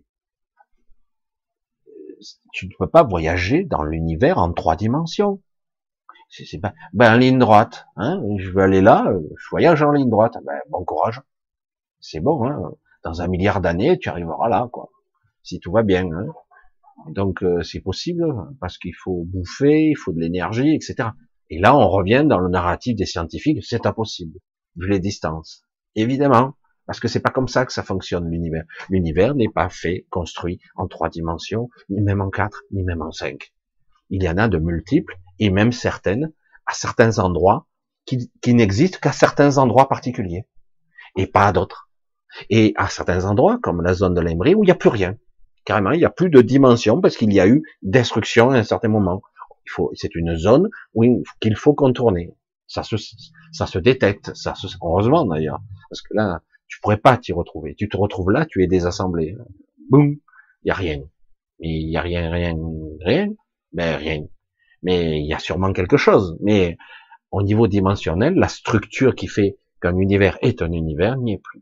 Tu ne peux pas voyager dans l'univers en 3 dimensions. C'est pas, en ligne droite, hein, je veux aller là, je voyage en ligne droite, bon courage. C'est bon, hein, dans 1 milliard d'années, tu arriveras là, quoi. Si tout va bien, hein. Donc, c'est possible, parce qu'il faut bouffer, il faut de l'énergie, etc. Et là, on revient dans le narratif des scientifiques, c'est impossible, vu les distances. Évidemment, parce que c'est pas comme ça que ça fonctionne, l'univers. L'univers n'est pas fait, construit en 3 dimensions, ni même en 4, ni même en 5. Il y en a de multiples, et même certaines, à certains endroits, qui n'existent qu'à certains endroits particuliers, et pas à d'autres. Et à certains endroits, comme la zone de l'Embry, où il n'y a plus rien. Carrément, il n'y a plus de dimension, parce qu'il y a eu destruction à un certain moment. C'est une zone qu'il faut contourner. Ça se détecte, heureusement d'ailleurs, parce que là, tu pourrais pas t'y retrouver. Tu te retrouves là, tu es désassemblé. Boum, il y a rien. Mais il y a rien. Mais rien. Mais il y a sûrement quelque chose. Mais au niveau dimensionnel, la structure qui fait qu'un univers est un univers n'y est plus.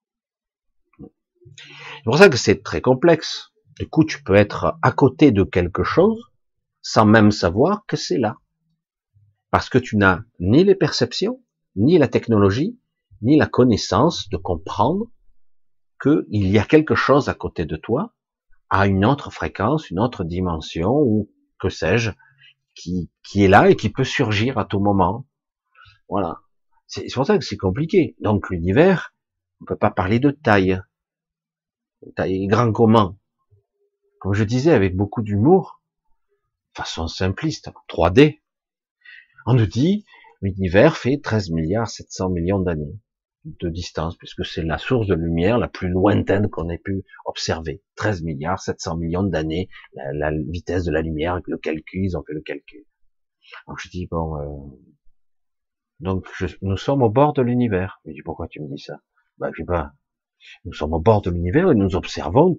C'est pour ça que c'est très complexe. Du coup, tu peux être à côté de quelque chose sans même savoir que c'est là. Parce que tu n'as ni les perceptions, ni la technologie, ni la connaissance de comprendre qu'il y a quelque chose à côté de toi, à une autre fréquence, une autre dimension, ou que sais-je, qui est là et qui peut surgir à tout moment. Voilà. C'est pour ça que c'est compliqué. Donc l'univers, on peut pas parler de taille. Taille grand comment. Comme je disais, avec beaucoup d'humour, façon simpliste, 3D, on nous dit, l'univers fait 13 milliards 700 millions d'années de distance, puisque c'est la source de lumière la plus lointaine qu'on ait pu observer. 13 milliards 700 millions d'années, la vitesse de la lumière, avec le calcul, ils ont fait le calcul. Donc je dis, nous sommes au bord de l'univers. Je dis, pourquoi tu me dis ça? Je sais pas. Nous sommes au bord de l'univers et nous observons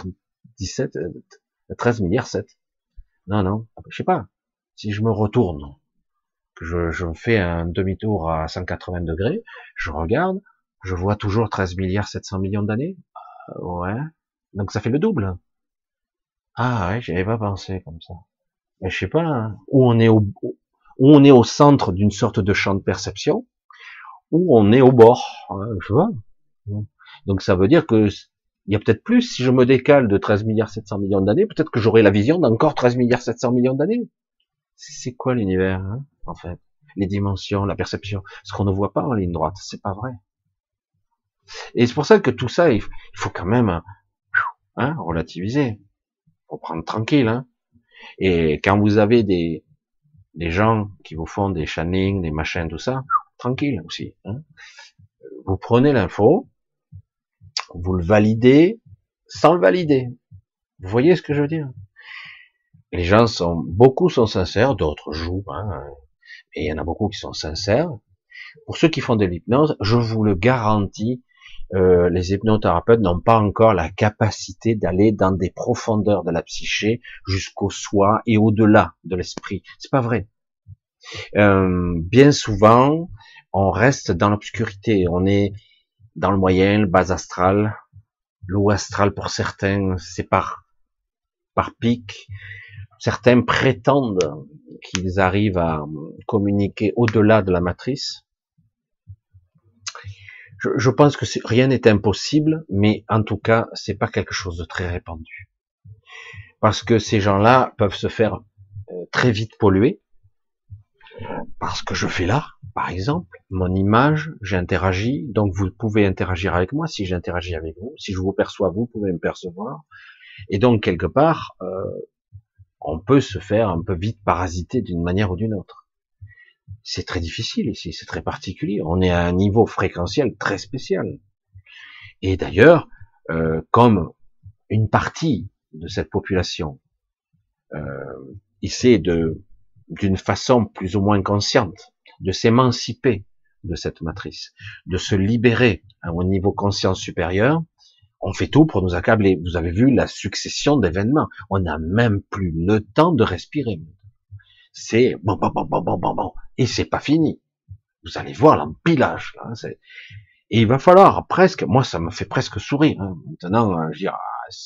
13 milliards 7. Non, je sais pas. Si je me retourne, que je me fais un demi-tour à 180 degrés, je regarde, je vois toujours 13 milliards 700 millions d'années. Ouais. Donc ça fait le double. Ah ouais, j'y avais pas pensé comme ça. Mais je sais pas, hein, où on est au centre d'une sorte de champ de perception, ou on est au bord, hein, je vois. Donc ça veut dire que Il y a peut-être plus, si je me décale de 13 milliards 700 millions d'années, peut-être que j'aurai la vision d'encore 13 milliards 700 millions d'années. C'est quoi l'univers, hein, en fait? Les dimensions, la perception, ce qu'on ne voit pas en ligne droite, c'est pas vrai. Et c'est pour ça que tout ça, il faut quand même, hein, relativiser. Faut prendre tranquille, hein. Et quand vous avez des gens qui vous font des channelings, des machins, tout ça, tranquille aussi, hein. Vous prenez l'info, vous le validez sans le valider. Vous voyez ce que je veux dire? Les gens beaucoup sont sincères, d'autres jouent, hein, et il y en a beaucoup qui sont sincères. Pour ceux qui font de l'hypnose, je vous le garantis, les hypnothérapeutes n'ont pas encore la capacité d'aller dans des profondeurs de la psyché jusqu'au soi et au-delà de l'esprit. C'est pas vrai. Bien souvent, on reste dans l'obscurité. On est dans le moyen, le bas astral, le haut astral pour certains, c'est par pic. Certains prétendent qu'ils arrivent à communiquer au-delà de la matrice. Je pense que rien n'est impossible, mais en tout cas, c'est pas quelque chose de très répandu. Parce que ces gens-là peuvent se faire très vite polluer. Parce que je fais là, par exemple, mon image, j'interagis, donc vous pouvez interagir avec moi si j'interagis avec vous. Si je vous perçois, vous pouvez me percevoir. Et donc, quelque part, on peut se faire un peu vite parasiter d'une manière ou d'une autre. C'est très difficile ici, c'est très particulier. On est à un niveau fréquentiel très spécial. Et d'ailleurs, comme une partie de cette population essaie d'une façon plus ou moins consciente, de s'émanciper de cette matrice, de se libérer à un niveau conscience supérieur, on fait tout pour nous accabler. Vous avez vu la succession d'événements. On n'a même plus le temps de respirer. C'est bon, et c'est pas fini. Vous allez voir l'empilage. Et il va falloir presque, moi ça me fait presque sourire. Hein. Maintenant, je dis,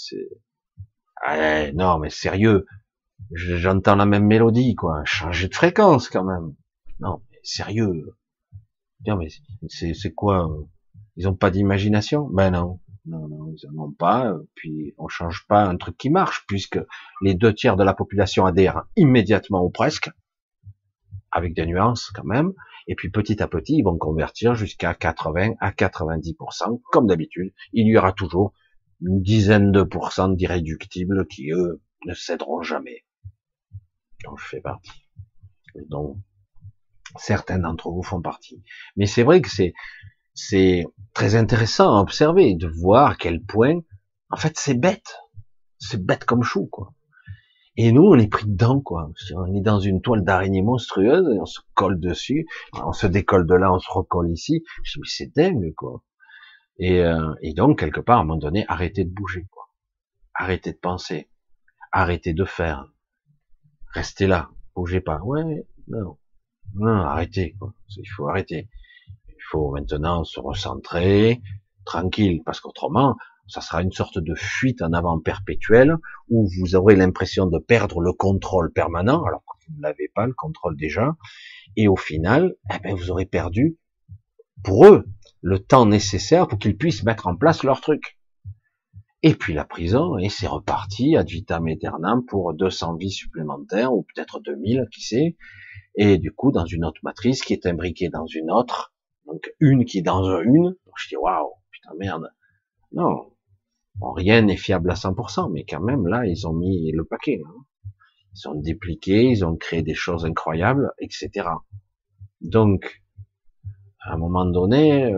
non mais sérieux, j'entends la même mélodie, quoi. Changer de fréquence quand même. Non, mais sérieux. Non mais c'est quoi? Ils ont pas d'imagination? Ben non. Non, ils en ont pas. Puis on change pas un truc qui marche, puisque les 2 tiers de la population adhèrent immédiatement ou presque, avec des nuances quand même. Et puis petit à petit, ils vont convertir jusqu'à 80 à 90%, comme d'habitude. Il y aura toujours une dizaine de pourcents d'irréductibles qui, eux, ne céderont jamais. Donc je fais partie. Donc certains d'entre vous font partie. Mais c'est vrai que c'est très intéressant à observer, de voir à quel point, en fait, c'est bête comme chou, quoi. Et nous, on est pris dedans, quoi. On est dans une toile d'araignée monstrueuse, et on se colle dessus, on se décolle de là, on se recolle ici. Je dis, mais c'est dingue, quoi. Et donc, quelque part, à un moment donné, arrêtez de bouger, quoi. Arrêtez de penser. Arrêtez de faire. Restez là. Bougez pas. Ouais, non, arrêtez, quoi. Il faut arrêter. Il faut maintenant se recentrer, tranquille, parce qu'autrement, ça sera une sorte de fuite en avant perpétuelle, où vous aurez l'impression de perdre le contrôle permanent, alors que vous ne l'avez pas, le contrôle déjà, et au final, eh ben, vous aurez perdu, pour eux, le temps nécessaire pour qu'ils puissent mettre en place leur truc. Et puis la prison, et c'est reparti, ad vitam aeternam, pour 200 vies supplémentaires, ou peut-être 2000, qui sait, et du coup, dans une autre matrice, qui est imbriquée dans une autre, donc une qui est dans une, donc je dis, waouh, putain, merde. Non. Bon, rien n'est fiable à 100%, mais quand même, là, ils ont mis le paquet. Hein. Ils ont dépliqué, ils ont créé des choses incroyables, etc. Donc, à un moment donné,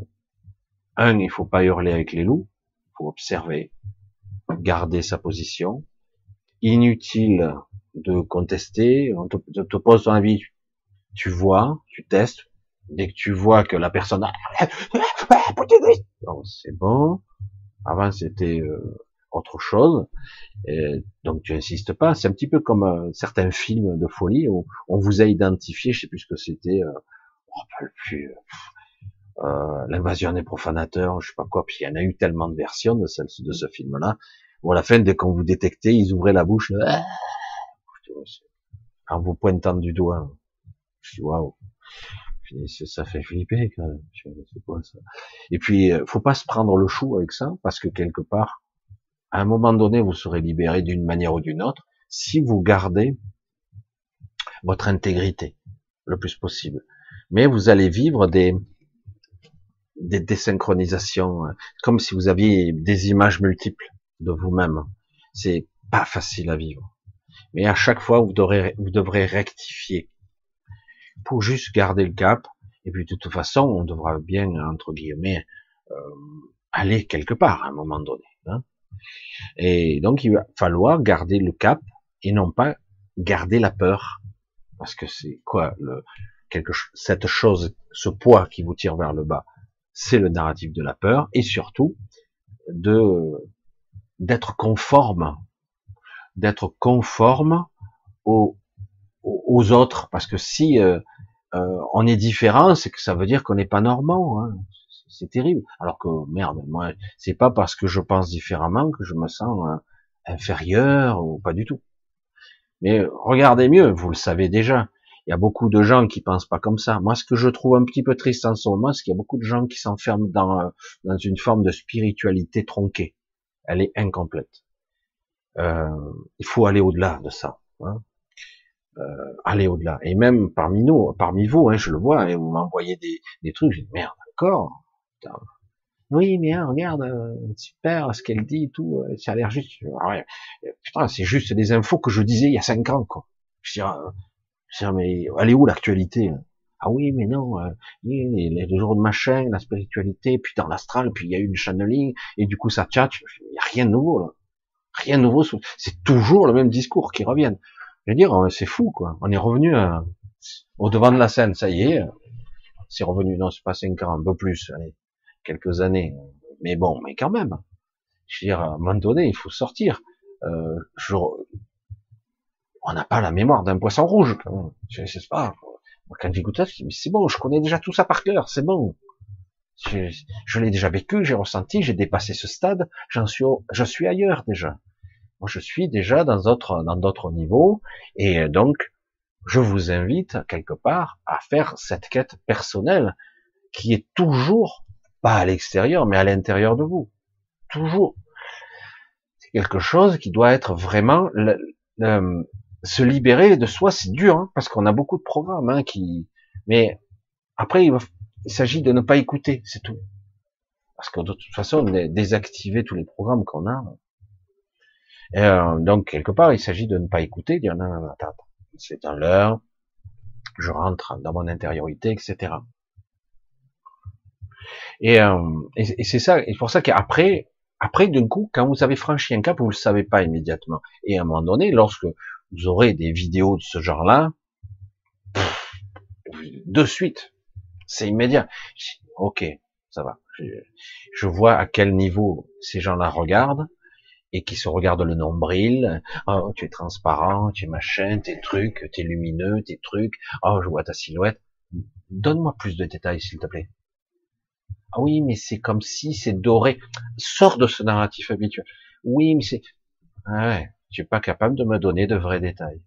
il faut pas hurler avec les loups, il faut observer, garder sa position. Inutile de contester, on te pose ton avis, tu vois, tu testes. Dès que tu vois que la personne non, c'est bon. Avant, c'était autre chose. Et donc, tu insistes pas. C'est un petit peu comme certains films de folie où on vous a identifié, je sais plus ce que c'était, l'invasion des profanateurs, je sais pas quoi. Puis il y en a eu tellement de versions de ce film-là. Où à la fin, dès qu'on vous détectait, ils ouvraient la bouche en vous pointant du doigt. Je dis waouh. Ça fait flipper quand même. C'est quoi ça? Et puis, faut pas se prendre le chou avec ça, parce que quelque part, à un moment donné, vous serez libéré d'une manière ou d'une autre, si vous gardez votre intégrité le plus possible. Mais vous allez vivre des désynchronisations, comme si vous aviez des images multiples de vous-même. C'est pas facile à vivre. Mais à chaque fois, vous devrez rectifier pour juste garder le cap. Et puis de toute façon, on devra bien, entre guillemets, euh, aller quelque part à un moment donné. Hein. Et donc, il va falloir garder le cap et non pas garder la peur. Parce que c'est quoi cette chose, ce poids qui vous tire vers le bas, c'est le narratif de la peur et surtout d'être conforme, aux, aux autres. Parce que si on est différent, c'est que ça veut dire qu'on n'est pas normand. Hein. C'est terrible. Alors que merde, moi, c'est pas parce que je pense différemment que je me sens inférieur ou pas du tout. Mais regardez mieux, vous le savez déjà. Il y a beaucoup de gens qui pensent pas comme ça. Moi, ce que je trouve un petit peu triste en ce moment, c'est qu'il y a beaucoup de gens qui s'enferment dans une forme de spiritualité tronquée. Elle est incomplète. Il faut aller au-delà de ça. Hein. Aller au-delà. Et même parmi nous, parmi vous, hein, je le vois, hein, vous m'envoyez des trucs, je dis merde, encore. Putain. Oui, mais hein, regarde, super, ce qu'elle dit, et tout, ça a l'air juste. Ah ouais, putain, c'est juste des infos que je disais il y a 5 ans, quoi. Je dis, mais elle est où l'actualité? Ah oui, mais non, les jours de machin, la spiritualité, puis dans l'astral, puis il y a eu une channeling, et du coup ça tchatche, il y a rien de nouveau, là. Rien de nouveau, c'est toujours le même discours qui revient. Je veux dire, c'est fou, quoi. On est revenu au devant de la scène, ça y est, c'est revenu, non, c'est pas 5 ans, un peu plus, allez, quelques années. Mais bon, mais quand même. Je veux dire, à un moment donné, il faut sortir. On n'a pas la mémoire d'un poisson rouge. Je sais pas. Moi, quand j'écoute ça, je dis, mais c'est bon, je connais déjà tout ça par cœur, c'est bon. Je l'ai déjà vécu, j'ai ressenti, j'ai dépassé ce stade, je suis ailleurs déjà. Moi, je suis déjà dans d'autres niveaux, et donc, je vous invite quelque part à faire cette quête personnelle qui est toujours pas à l'extérieur, mais à l'intérieur de vous. Toujours. C'est quelque chose qui doit être vraiment se libérer de soi, c'est dur, hein, parce qu'on a beaucoup de programmes, hein, mais après, il s'agit de ne pas écouter, c'est tout. Parce que de toute façon, on a désactivé tous les programmes qu'on a. Et, donc, quelque part, il s'agit de ne pas écouter, dire non, non, non, attends, c'est un leurre, je rentre dans mon intériorité, etc. Et c'est ça, et c'est pour ça qu'après, d'un coup, quand vous avez franchi un cap, vous le savez pas immédiatement. Et à un moment donné, lorsque vous aurez des vidéos de ce genre-là, de suite, c'est immédiat. Ok, ça va. Je vois à quel niveau ces gens-là regardent et qui se regardent le nombril. Oh, tu es transparent, tu es machin, tes trucs, t'es lumineux, tes trucs. Oh, je vois ta silhouette. Donne-moi plus de détails, s'il te plaît. Ah oui, mais c'est comme si c'est doré. Sors de ce narratif habituel. Oui, mais c'est... Ah ouais, tu es pas capable de me donner de vrais détails.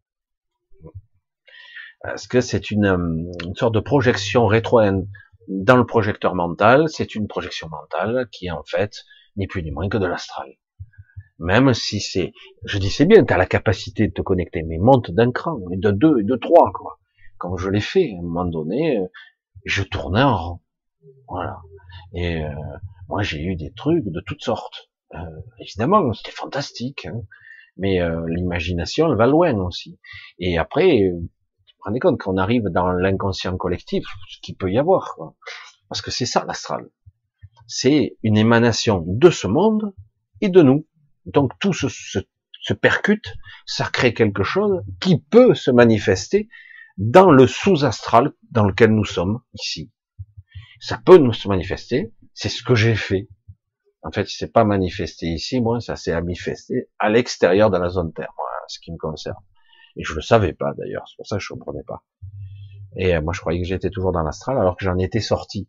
Parce que c'est une sorte de projection rétro dans le projecteur mental. C'est une projection mentale qui en fait ni plus ni moins que de l'astral. Même si je dis c'est bien, tu as la capacité de te connecter, mais monte d'un cran, et de 2, et de 3, quoi. Comme je l'ai fait, à un moment donné, je tournais en rond. Voilà. Et moi j'ai eu des trucs de toutes sortes. Évidemment, c'était fantastique, hein, mais l'imagination elle va loin aussi. Et après, vous vous rendez compte qu'on arrive dans l'inconscient collectif, ce qu'il peut y avoir, quoi. Parce que c'est ça l'astral. C'est une émanation de ce monde et de nous. Donc tout se percute, ça crée quelque chose qui peut se manifester dans le sous-astral dans lequel nous sommes ici. Ça peut nous se manifester, c'est ce que j'ai fait. En fait, il s'est pas manifesté ici, moi, ça s'est manifesté à l'extérieur de la zone Terre, moi, ce qui me concerne. Et je le savais pas d'ailleurs, c'est pour ça que je comprenais pas. Et moi, je croyais que j'étais toujours dans l'astral, alors que j'en étais sorti,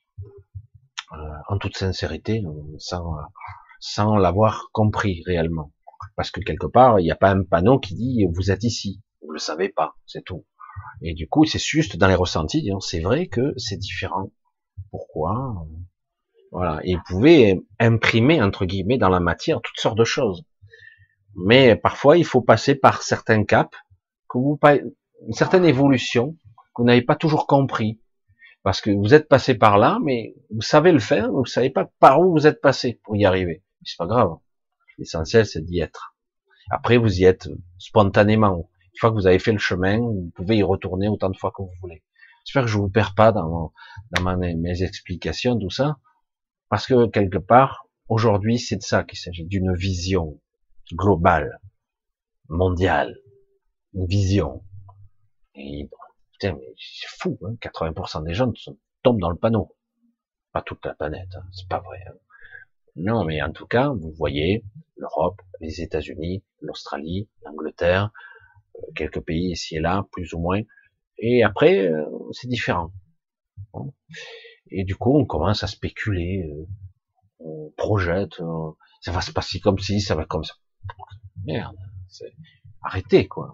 en toute sincérité, sans l'avoir compris réellement. Parce que quelque part, il n'y a pas un panneau qui dit vous êtes ici. Vous le savez pas, c'est tout. Et du coup, c'est juste dans les ressentis, disons, c'est vrai que c'est différent. Pourquoi? Voilà. Et vous pouvez imprimer, entre guillemets, dans la matière, toutes sortes de choses. Mais parfois, il faut passer par certains caps, que vous, une certaine évolution, que vous n'avez pas toujours compris. Parce que vous êtes passé par là, mais vous savez le faire, mais vous savez pas par où vous êtes passé pour y arriver. C'est pas grave. L'essentiel, c'est d'y être. Après, vous y êtes spontanément. Une fois que vous avez fait le chemin, vous pouvez y retourner autant de fois que vous voulez. J'espère que je vous perds pas dans mes explications, tout ça. Parce que quelque part, aujourd'hui, c'est de ça qu'il s'agit, d'une vision globale, mondiale, une vision. Et putain, mais c'est fou, hein, 80% des gens tombent dans le panneau. Pas toute la planète, hein, c'est pas vrai. Hein. Non, mais en tout cas, vous voyez l'Europe, les États-Unis, l'Australie, l'Angleterre, quelques pays ici et là, plus ou moins. Et après, c'est différent. Et du coup, on commence à spéculer, on projette, ça va se passer comme ci, ça va comme ça. Merde, arrêtez quoi.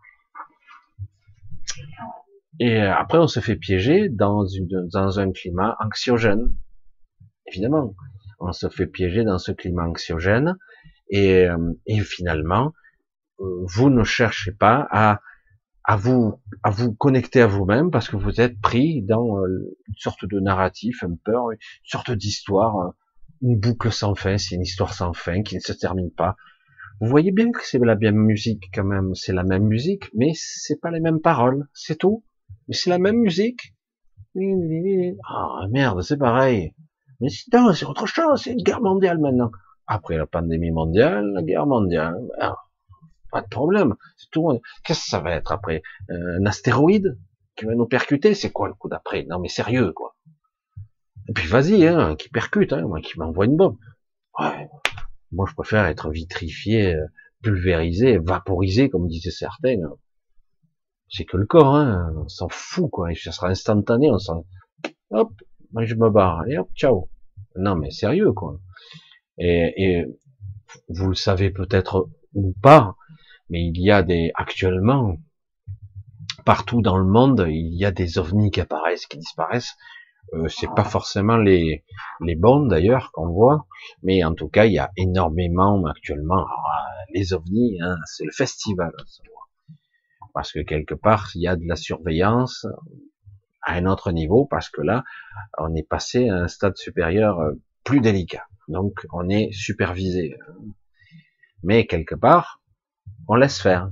Et après, on se fait piéger dans un climat anxiogène. Évidemment, on se fait piéger dans ce climat anxiogène. Et finalement, vous ne cherchez pas à vous connecter à vous-même parce que vous êtes pris dans une sorte de narratif, un peur, une sorte d'histoire, une boucle sans fin, c'est une histoire sans fin qui ne se termine pas. Vous voyez bien que c'est la même musique quand même, c'est la même musique, mais c'est pas les mêmes paroles, c'est tout. Mais c'est la même musique. Ah merde, c'est pareil. Mais non, c'est autre chose, c'est une guerre mondiale maintenant. Après la pandémie mondiale, la guerre mondiale. Ah, pas de problème. C'est tout. Qu'est-ce que ça va être après? Un astéroïde qui va nous percuter? C'est quoi le coup d'après? Non mais sérieux quoi. Et puis vas-y, hein, qui percute, hein, moi qui m'envoie une bombe. Ouais. Moi je préfère être vitrifié, pulvérisé, vaporisé comme disaient certains. C'est que le corps, hein, on s'en fout quoi. Et ça sera instantané, on s'en. Hop, moi je me barre. Allez hop, ciao. Non mais sérieux quoi. Et vous le savez peut-être ou pas, mais il y a actuellement, partout dans le monde, il y a des ovnis qui apparaissent, qui disparaissent. C'est pas forcément les bons d'ailleurs qu'on voit, mais en tout cas, il y a énormément actuellement. Les ovnis, hein, c'est le festival. Parce que quelque part, il y a de la surveillance à un autre niveau, parce que là, on est passé à un stade supérieur plus délicat. Donc, on est supervisé. Mais quelque part, on laisse faire.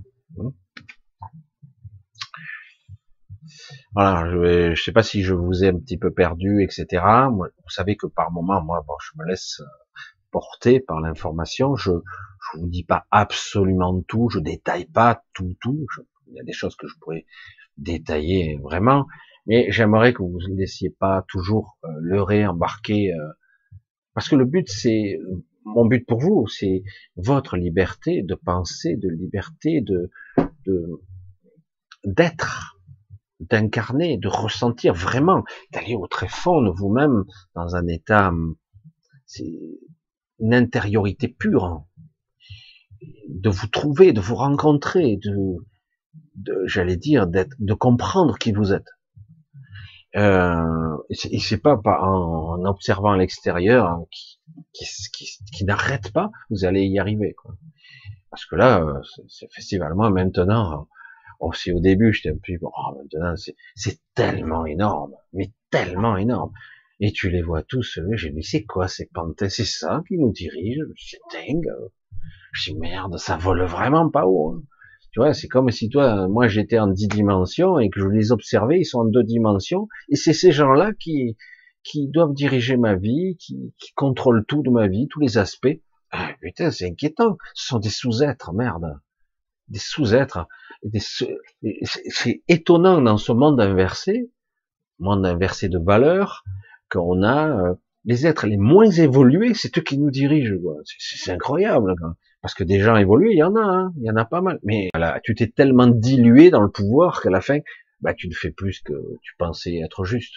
Voilà, je sais pas si je vous ai un petit peu perdu, etc. Moi, vous savez que par moment, moi, bon, je me laisse porter par l'information. Je vous dis pas absolument tout, je détaille pas tout. Il y a des choses que je pourrais détailler vraiment, mais j'aimerais que vous ne laissiez pas toujours leurrer, embarquer, parce que le but, c'est mon but pour vous, c'est votre liberté de penser, de liberté de d'être, d'incarner, de ressentir vraiment, d'aller au très fond de vous-même dans un état, c'est une intériorité pure, de vous trouver, de vous rencontrer, j'allais dire, de comprendre qui vous êtes. Et c'est pas en observant l'extérieur hein, qui n'arrête pas, vous allez y arriver, quoi. Parce que là, c'est festival. Moi, maintenant, aussi au début, j'étais un peu, bon, maintenant, c'est tellement énorme, mais tellement énorme. Et tu les vois tous, j'ai dit, mais c'est quoi ces pantins? C'est ça qui nous dirige? C'est dingue. Je dis, merde, ça vole vraiment pas haut. Hein. Tu vois, c'est comme si toi, moi, j'étais en 10 dimensions et que je les observais, ils sont en 2 dimensions. Et c'est ces gens-là qui doivent diriger ma vie, qui contrôlent tout de ma vie, tous les aspects. Ah, putain, c'est inquiétant. Ce sont des sous-êtres, merde. Des sous-êtres. C'est étonnant dans ce monde inversé de valeurs, qu'on a les êtres les moins évolués, c'est eux qui nous dirigent. C'est incroyable. Quoi. Parce que des gens évolués, il y en a, hein, il y en a pas mal. Mais voilà, tu t'es tellement dilué dans le pouvoir qu'à la fin, bah, tu ne fais plus ce que tu pensais être juste.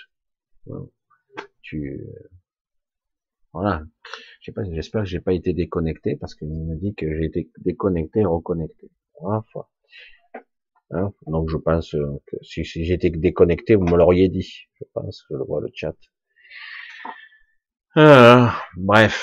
Tu, voilà. Je sais pas, j'espère que j'ai pas été déconnecté parce qu'il me dit que j'ai été déconnecté et reconnecté. Voilà, hein. Donc je pense que si j'étais déconnecté, vous me l'auriez dit. Je pense, je le vois le chat. Bref,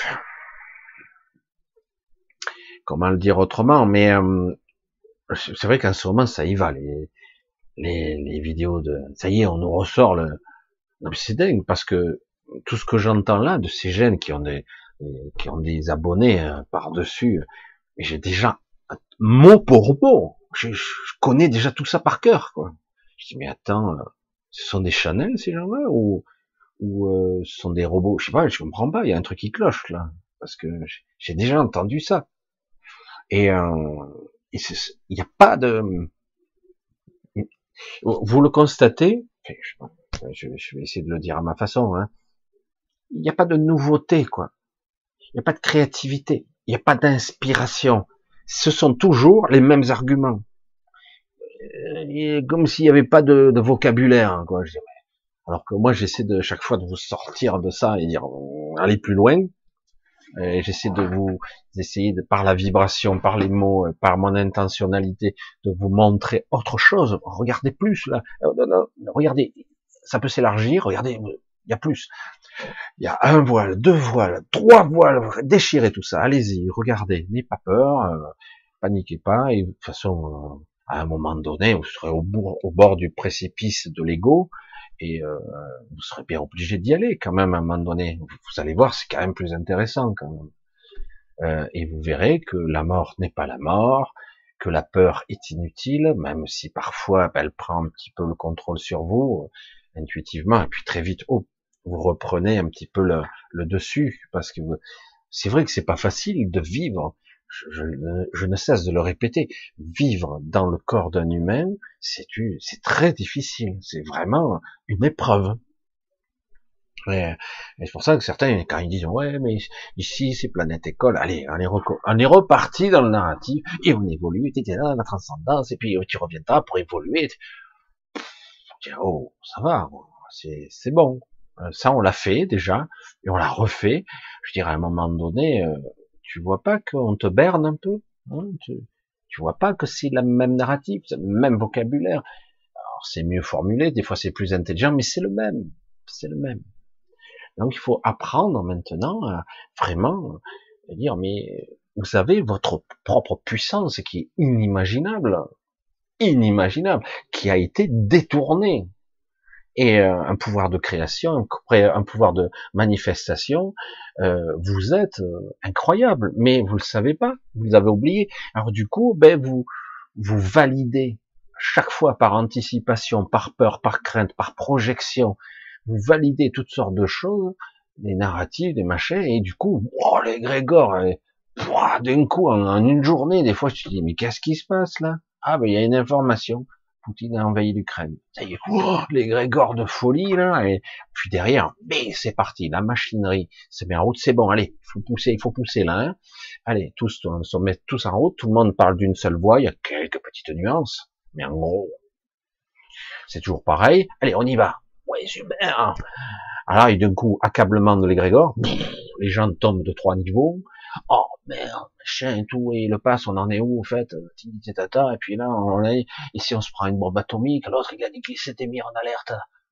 comment le dire autrement, mais c'est vrai qu'en ce moment ça y va, les vidéos de, ça y est, on nous ressort le, non, mais c'est dingue parce que tout ce que j'entends là de ces jeunes qui ont des abonnés par-dessus, et j'ai déjà mot pour mot, je connais déjà tout ça par cœur, quoi. Je dis mais attends, ce sont des Chanel ces gens-là ou ce sont des robots? Je sais pas, je comprends pas. Il y a un truc qui cloche là parce que j'ai déjà entendu ça et il n'y a pas de, vous le constatez. Je vais essayer de le dire à ma façon. Hein. Il n'y a pas de nouveauté, quoi. Il n'y a pas de créativité. Il n'y a pas d'inspiration. Ce sont toujours les mêmes arguments. Comme s'il n'y avait pas de vocabulaire, hein, quoi. Alors que moi, j'essaie de chaque fois de vous sortir de ça et dire allez plus loin. J'essaie de vous essayer de, par la vibration, par les mots, par mon intentionnalité, de vous montrer autre chose. Regardez plus là. Non, non, regardez, ça peut s'élargir. Regardez, il y a plus. Il y a un voile, deux voiles, trois voiles. Déchirez tout ça. Allez-y, regardez. N'ayez pas peur, paniquez pas. Et de toute façon, à un moment donné, vous serez au bord du précipice de l'ego et vous serez bien obligé d'y aller quand même à un moment donné. Vous allez voir, c'est quand même plus intéressant quand même. Et vous verrez que la mort n'est pas la mort, que la peur est inutile, même si parfois elle prend un petit peu le contrôle sur vous, intuitivement, et puis très vite, oh, vous reprenez un petit peu le dessus, parce que c'est vrai que c'est pas facile de vivre, je ne cesse de le répéter, vivre dans le corps d'un humain, c'est très difficile, c'est vraiment une épreuve. Ouais. Et c'est pour ça que certains, quand ils disent ouais, mais ici c'est planète école, allez, on est reparti dans le narratif et on évolue, tu là, la transcendance, et puis tu reviendras pour évoluer. Je dis, oh, ça va, c'est bon. Ça on l'a fait déjà et on l'a refait. Je dirais à un moment donné, tu vois pas qu'on te berne un peu, hein, tu vois pas que c'est la même narrative, c'est le même vocabulaire. Alors c'est mieux formulé, des fois c'est plus intelligent, mais c'est le même. Donc il faut apprendre maintenant à vraiment dire, mais vous avez votre propre puissance qui est inimaginable, qui a été détournée. Et un pouvoir de création, un pouvoir de manifestation, vous êtes incroyable, mais vous le savez pas, vous avez oublié. Alors du coup, ben vous validez chaque fois par anticipation, par peur, par crainte, par projection, vous validez toutes sortes de choses, des narratifs, des machins, et du coup, oh, les Grégor, d'un coup, en une journée, des fois, je te dis, mais qu'est-ce qui se passe là? Ah, ben il y a une information. Poutine a envahi l'Ukraine. Ça y est, oh, les Grégor de folie là, et puis derrière, mais c'est parti, la machinerie se met en route, c'est bon, allez, il faut pousser là, hein. Allez, tous, on se met tous en route, tout le monde parle d'une seule voix, il y a quelques petites nuances, mais en gros, c'est toujours pareil. Allez, on y va. Ouais, super. Alors, et d'un coup, accablement de l'égrégore, les gens tombent de 3 niveaux. Oh merde, machin et tout, et le pass, on en est où, en fait, tata, et puis là, on est, ici, on se prend une bombe atomique, l'autre, il a dit qu'il s'était mis en alerte.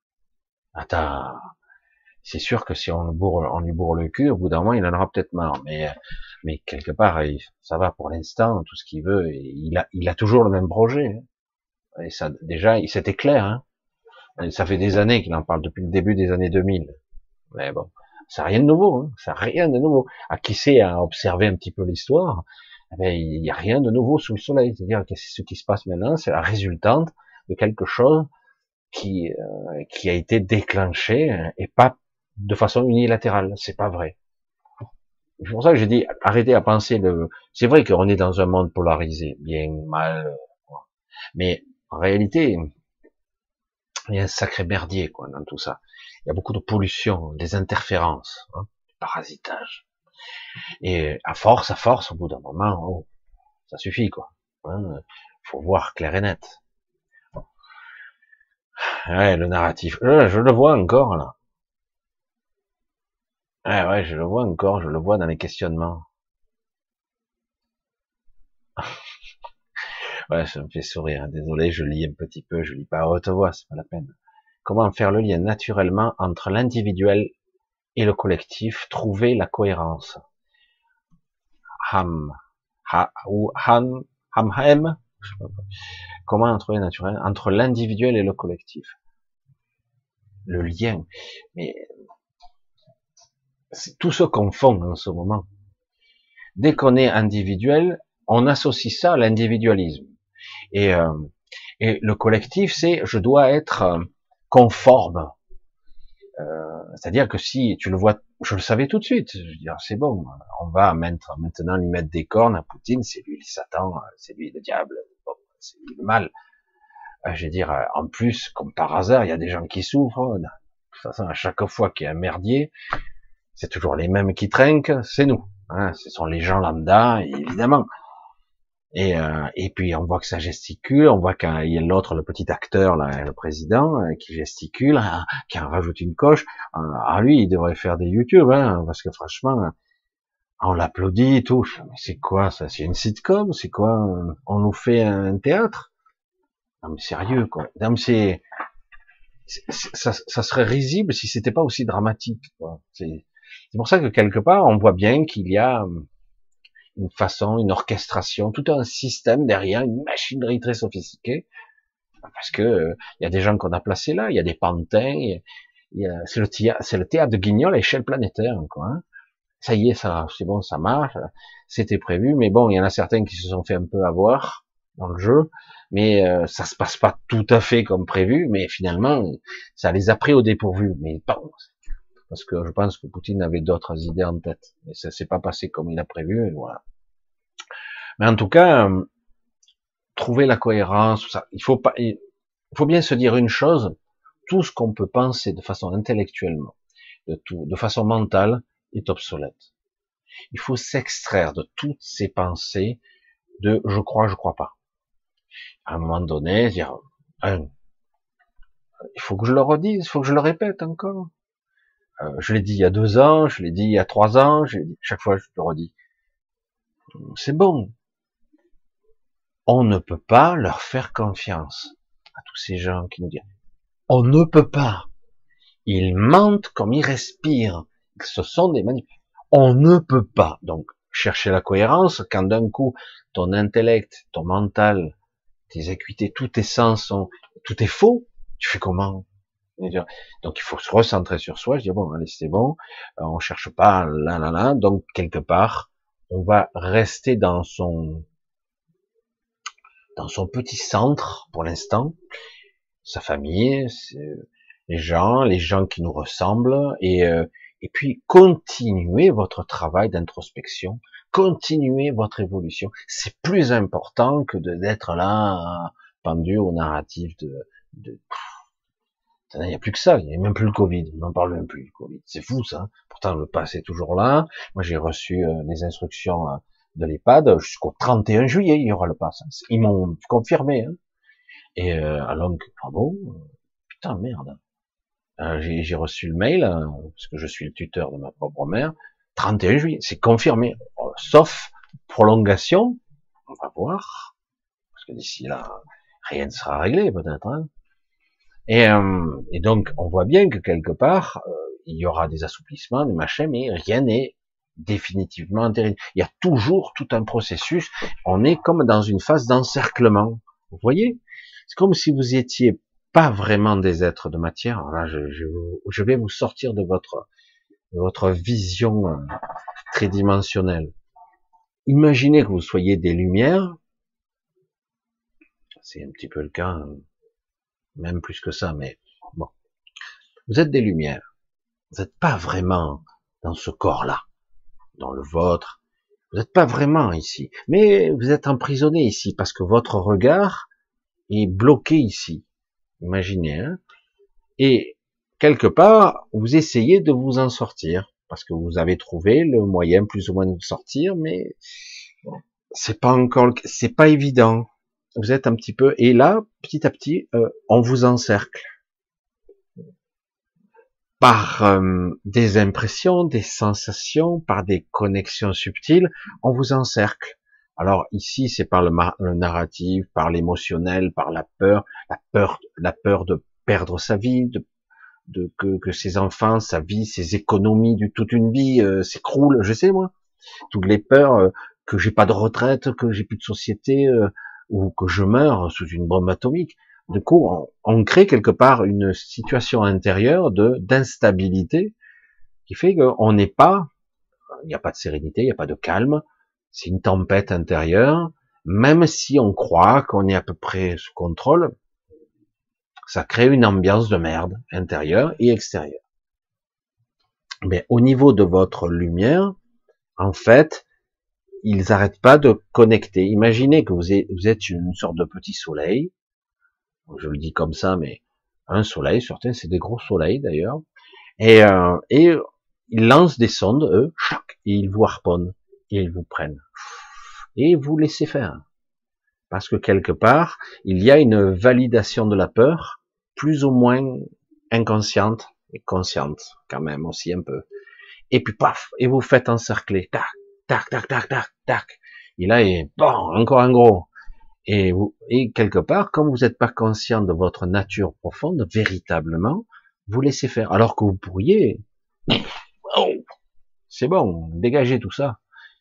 Attends, c'est sûr que si on lui bourre le cul, au bout d'un moment, il en aura peut-être marre, mais quelque part, ça va pour l'instant, tout ce qu'il veut, et il a toujours le même projet, hein. Et ça, déjà, c'était clair, hein. Ça fait des années qu'il en parle, depuis le début des années 2000. Mais bon, ça n'a rien de nouveau, hein, ça n'a rien de nouveau. À qui sait à observer un petit peu l'histoire, eh ben, il n'y a rien de nouveau sous le soleil. C'est-à-dire que ce qui se passe maintenant, c'est la résultante de quelque chose qui a été déclenché et pas de façon unilatérale. C'est pas vrai. C'est pour ça que j'ai dit, arrêtez à penser c'est vrai qu'on est dans un monde polarisé, bien, mal, mais en réalité, il y a un sacré merdier, quoi, dans tout ça. Il y a beaucoup de pollution, des interférences, hein, du parasitage. Et à force, au bout d'un moment, oh, ça suffit, quoi. Hein, faut voir clair et net. Ouais, le narratif. Je le vois encore, là. Ouais, je le vois encore, je le vois dans les questionnements. Ouais, ça me fait sourire. Désolé, je lis un petit peu, je lis pas à haute voix, c'est pas la peine. Comment faire le lien naturellement entre l'individuel et le collectif, trouver la cohérence. Ham, ou Ham, je sais pas. Comment trouver naturel entre l'individuel et le collectif. Le lien, mais tout se confond en ce moment. Dès qu'on est individuel, on associe ça à l'individualisme. Et, euh, et le collectif, c'est je dois être conforme. C'est-à-dire que si tu le vois, je le savais tout de suite. Je veux dire, c'est bon, on va maintenant lui mettre des cornes à Poutine. C'est lui le Satan, c'est lui le diable, bon, c'est lui le mal. Je veux dire, en plus, comme par hasard, il y a des gens qui souffrent. De toute façon, à chaque fois qu'il y a un merdier, c'est toujours les mêmes qui trinquent, c'est nous. Hein, ce sont les gens lambda, évidemment. Et puis on voit que ça gesticule, on voit qu'il y a l'autre, le petit acteur, là, le président, qui gesticule, qui en rajoute une coche. Lui, il devrait faire des YouTube, hein, parce que franchement, on l'applaudit et tout. Mais c'est quoi ça? C'est une sitcom? C'est quoi? On nous fait un théâtre? Non mais sérieux, quoi. Non mais ça serait risible si c'était pas aussi dramatique, quoi. C'est pour ça que quelque part, on voit bien qu'il y a une façon, une orchestration, tout un système derrière, une machinerie très sophistiquée, parce que il y a des gens qu'on a placés là, il y a des pantins, c'est le théâtre de Guignol à échelle planétaire, quoi. Hein. Ça y est, ça, c'est bon, ça marche, c'était prévu, mais bon, il y en a certains qui se sont fait un peu avoir dans le jeu, mais ça se passe pas tout à fait comme prévu, mais finalement, ça les a pris au dépourvu, mais bon, parce que je pense que Poutine avait d'autres idées en tête, mais ça s'est pas passé comme il a prévu, et voilà. Mais en tout cas, trouver la cohérence, ça, il faut bien se dire une chose, tout ce qu'on peut penser de façon intellectuellement, de façon mentale, est obsolète. Il faut s'extraire de toutes ces pensées de je crois pas. À un moment donné, dire, il faut que je le redise, il faut que je le répète encore. Je l'ai dit il y a 2 ans, je l'ai dit il y a 3 ans, chaque fois je le redis. C'est bon. On ne peut pas leur faire confiance à tous ces gens qui nous disent. On ne peut pas. Ils mentent comme ils respirent. Ce sont des manipulateurs. On ne peut pas. Donc, chercher la cohérence, quand d'un coup, ton intellect, ton mental, tes acuités, tous tes sens tout est faux, tu fais comment? Donc, il faut se recentrer sur soi. Je dis, bon, allez, c'est bon. On cherche pas là. Donc, quelque part, on va rester dans son petit centre, pour l'instant, sa famille, les gens qui nous ressemblent, et puis continuez votre travail d'introspection, continuez votre évolution. C'est plus important que d'être là pendu au narratif de il n'y a plus que ça, il n'y a même plus le Covid, on n'en parle même plus, le Covid. C'est fou ça. Pourtant le pass est toujours là. Moi j'ai reçu les instructions de l'EHPAD jusqu'au 31 juillet, il y aura le pass. Ils m'ont confirmé. Hein. Et alors, ah bon, putain merde. J'ai reçu le mail, parce que je suis le tuteur de ma propre mère, 31 juillet, c'est confirmé, sauf prolongation, on va voir, parce que d'ici là, rien ne sera réglé peut-être. Hein. Et donc, on voit bien que quelque part, il y aura des assouplissements, des machins, mais rien n'est définitivement intéressant. Il y a toujours tout un processus, on est comme dans une phase d'encerclement, vous voyez. C'est comme si vous étiez pas vraiment des êtres de matière. Alors là, je vais vous sortir de votre vision tridimensionnelle. Imaginez que vous soyez des lumières. C'est un petit peu le cas, même plus que ça, mais bon. Vous êtes des lumières. Vous n'êtes pas vraiment dans ce corps-là, dans le vôtre. Vous n'êtes pas vraiment ici. Mais vous êtes emprisonné ici parce que votre regard est bloqué ici. Imaginez, hein. Et quelque part, vous essayez de vous en sortir, parce que vous avez trouvé le moyen plus ou moins de sortir, mais c'est pas encore, c'est pas évident. Vous êtes un petit peu, et là, petit à petit, on vous encercle par des impressions, des sensations, par des connexions subtiles, on vous encercle. Alors ici, c'est par le narratif, par l'émotionnel, par la peur de perdre sa vie, que ses enfants, sa vie, ses économies, toute une vie s'écroulent, je sais moi, toutes les peurs, que j'ai pas de retraite, que j'ai plus de société, ou que je meurs sous une bombe atomique. Du coup, on crée quelque part une situation intérieure d'instabilité qui fait qu'on n'est pas, il n'y a pas de sérénité, il n'y a pas de calme, c'est une tempête intérieure, même si on croit qu'on est à peu près sous contrôle, ça crée une ambiance de merde, intérieure et extérieure. Mais au niveau de votre lumière, en fait, ils n'arrêtent pas de connecter. Imaginez que vous êtes une sorte de petit soleil, je le dis comme ça, mais un soleil, certains c'est des gros soleils d'ailleurs, et ils lancent des sondes, eux, et ils vous harponnent, et ils vous prennent, et vous laissez faire. Parce que quelque part, il y a une validation de la peur, plus ou moins inconsciente, et consciente quand même aussi un peu. Et puis paf, et vous faites encercler, tac, tac, tac, tac, tac, tac. Et là, bon, encore un gros. Et quelque part, comme vous n'êtes pas conscient de votre nature profonde, véritablement, vous laissez faire. Alors que vous pourriez, oh, c'est bon, dégagez tout ça.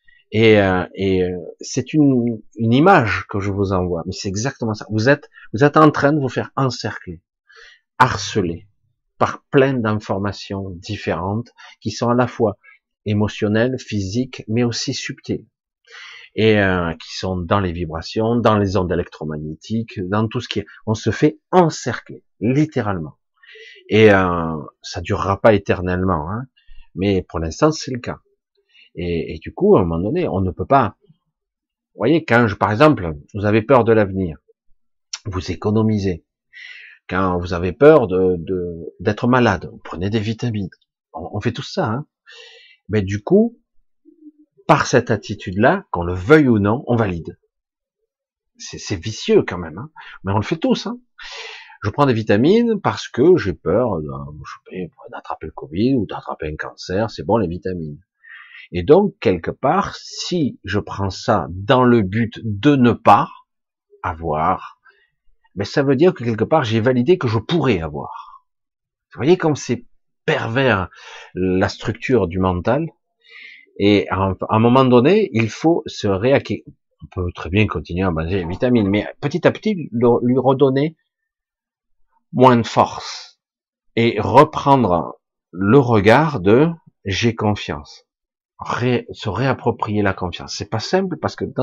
Et c'est une image que je vous envoie, mais c'est exactement ça. Vous êtes en train de vous faire encercler, harceler par plein d'informations différentes qui sont à la fois émotionnelles, physiques, mais aussi subtiles, et qui sont dans les vibrations, dans les ondes électromagnétiques, dans tout ce qui est. On se fait encercler, littéralement. Et ça durera pas éternellement, hein, mais pour l'instant c'est le cas. Et du coup, à un moment donné, on ne peut pas. Vous voyez, par exemple, vous avez peur de l'avenir, vous économisez. Quand vous avez peur d'être malade, vous prenez des vitamines. On fait tout ça, hein. Mais du coup, par cette attitude-là, qu'on le veuille ou non, on valide. C'est vicieux quand même, hein. Mais on le fait tous, hein. Je prends des vitamines parce que j'ai peur d'attraper le Covid ou d'attraper un cancer. C'est bon, les vitamines. Et donc, quelque part, si je prends ça dans le but de ne pas avoir, mais ça veut dire que quelque part, j'ai validé que je pourrais avoir. Vous voyez comme c'est pervers la structure du mental. Et à un moment donné, il faut se réacquérir. On peut très bien continuer à manger les vitamines, mais petit à petit, lui redonner moins de force et reprendre le regard de j'ai confiance. Se réapproprier la confiance. C'est pas simple parce que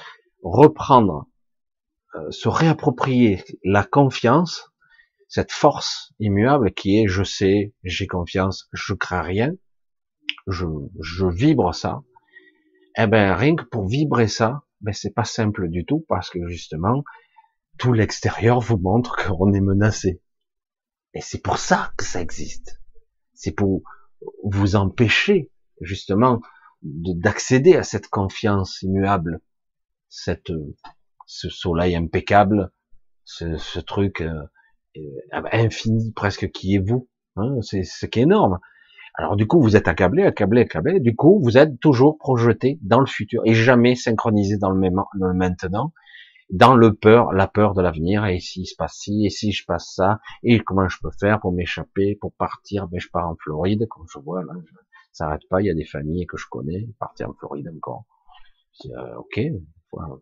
se réapproprier la confiance, cette force immuable qui est je sais, j'ai confiance, je crains rien, je vibre ça. Eh ben rien que pour vibrer ça, ben c'est pas simple du tout parce que justement tout l'extérieur vous montre qu'on est menacé. Et c'est pour ça que ça existe. C'est pour vous empêcher justement d'accéder à cette confiance immuable, ce soleil impeccable, ce truc infini presque qui est vous. Hein, c'est ce qui est énorme. Alors du coup, vous êtes accablé. Du coup, vous êtes toujours projeté dans le futur et jamais synchronisé dans le maintenant, dans la peur de l'avenir. Et s'il se passe ci, et si je passe ça, et comment je peux faire pour m'échapper, pour partir? Ben je pars en Floride, comme je vois là. Ça n'arrête pas. Il y a des familles que je connais partir en Floride encore. Ok. Voilà.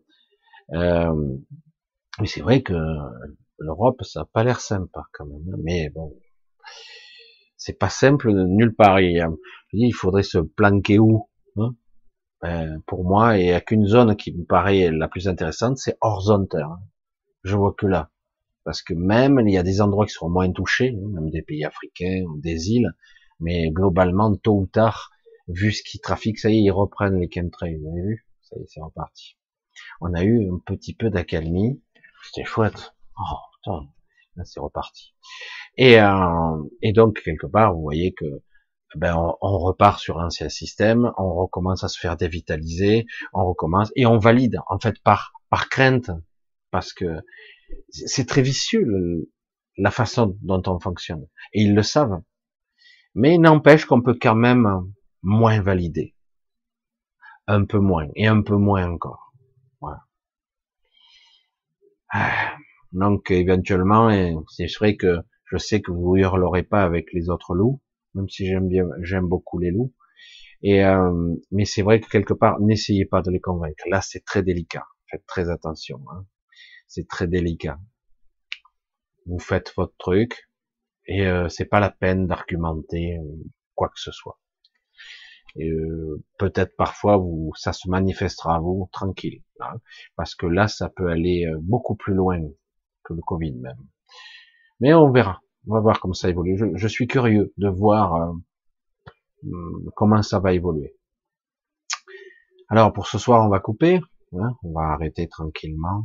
Mais c'est vrai que l'Europe, ça n'a pas l'air sympa quand même. Mais bon, c'est pas simple de nulle part. Il faudrait se planquer où, hein? Pour moi, il n'y a qu'une zone qui me paraît la plus intéressante, c'est hors zone terre. Je vois que là. Parce que même, il y a des endroits qui seront moins touchés, hein, même des pays africains ou des îles, mais globalement, tôt ou tard, vu ce qui trafique, ça y est, ils reprennent les chemtrails, vous avez vu? Ça y est, c'est reparti. On a eu un petit peu d'accalmie, c'était chouette. Oh, putain, là c'est reparti. Et donc, quelque part, vous voyez que ben on repart sur l'ancien système, on recommence à se faire dévitaliser, on recommence et on valide en fait par crainte, parce que c'est très vicieux la façon dont on fonctionne et ils le savent. Mais il n'empêche qu'on peut quand même moins valider, un peu moins et un peu moins encore. Ah, donc éventuellement, c'est vrai que je sais que vous hurlerez pas avec les autres loups, même si j'aime beaucoup les loups. Mais c'est vrai que quelque part, n'essayez pas de les convaincre. Là, c'est très délicat. Faites très attention. Hein. C'est très délicat. Vous faites votre truc et c'est pas la peine d'argumenter quoi que ce soit. Et peut-être parfois ça se manifestera à vous tranquille, hein, parce que là, ça peut aller beaucoup plus loin que le Covid même. Mais on verra. On va voir comment ça évolue. Je suis curieux de voir comment ça va évoluer. Alors pour ce soir, on va couper. Hein, on va arrêter tranquillement.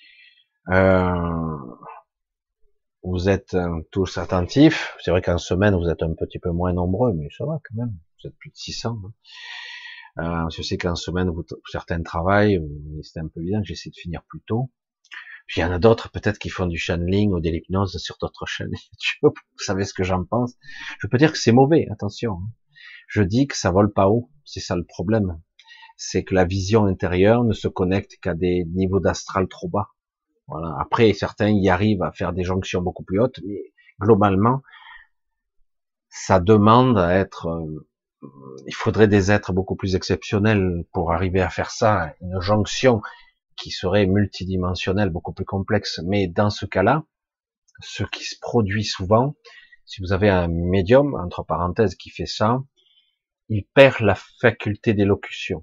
Euh, vous êtes tous attentifs. C'est vrai qu'en semaine, vous êtes un petit peu moins nombreux, mais ça va quand même. Vous êtes plus de 600. Hein. Je sais qu'en semaine, certains travaillent. C'est un peu évident que j'essaie de finir plus tôt. Puis il y en a d'autres peut-être qui font du channeling ou de l'hypnose sur d'autres chaînes YouTube. Vous savez ce que j'en pense. Je peux dire que c'est mauvais, attention. Hein. Je dis que ça vole pas haut. C'est ça le problème. C'est que la vision intérieure ne se connecte qu'à des niveaux d'astral trop bas. Voilà. Après, certains y arrivent à faire des jonctions beaucoup plus hautes, mais globalement, ça demande à être, il faudrait des êtres beaucoup plus exceptionnels pour arriver à faire ça, une jonction qui serait multidimensionnelle, beaucoup plus complexe. Mais dans ce cas-là, ce qui se produit souvent, si vous avez un médium, entre parenthèses, qui fait ça, il perd la faculté d'élocution.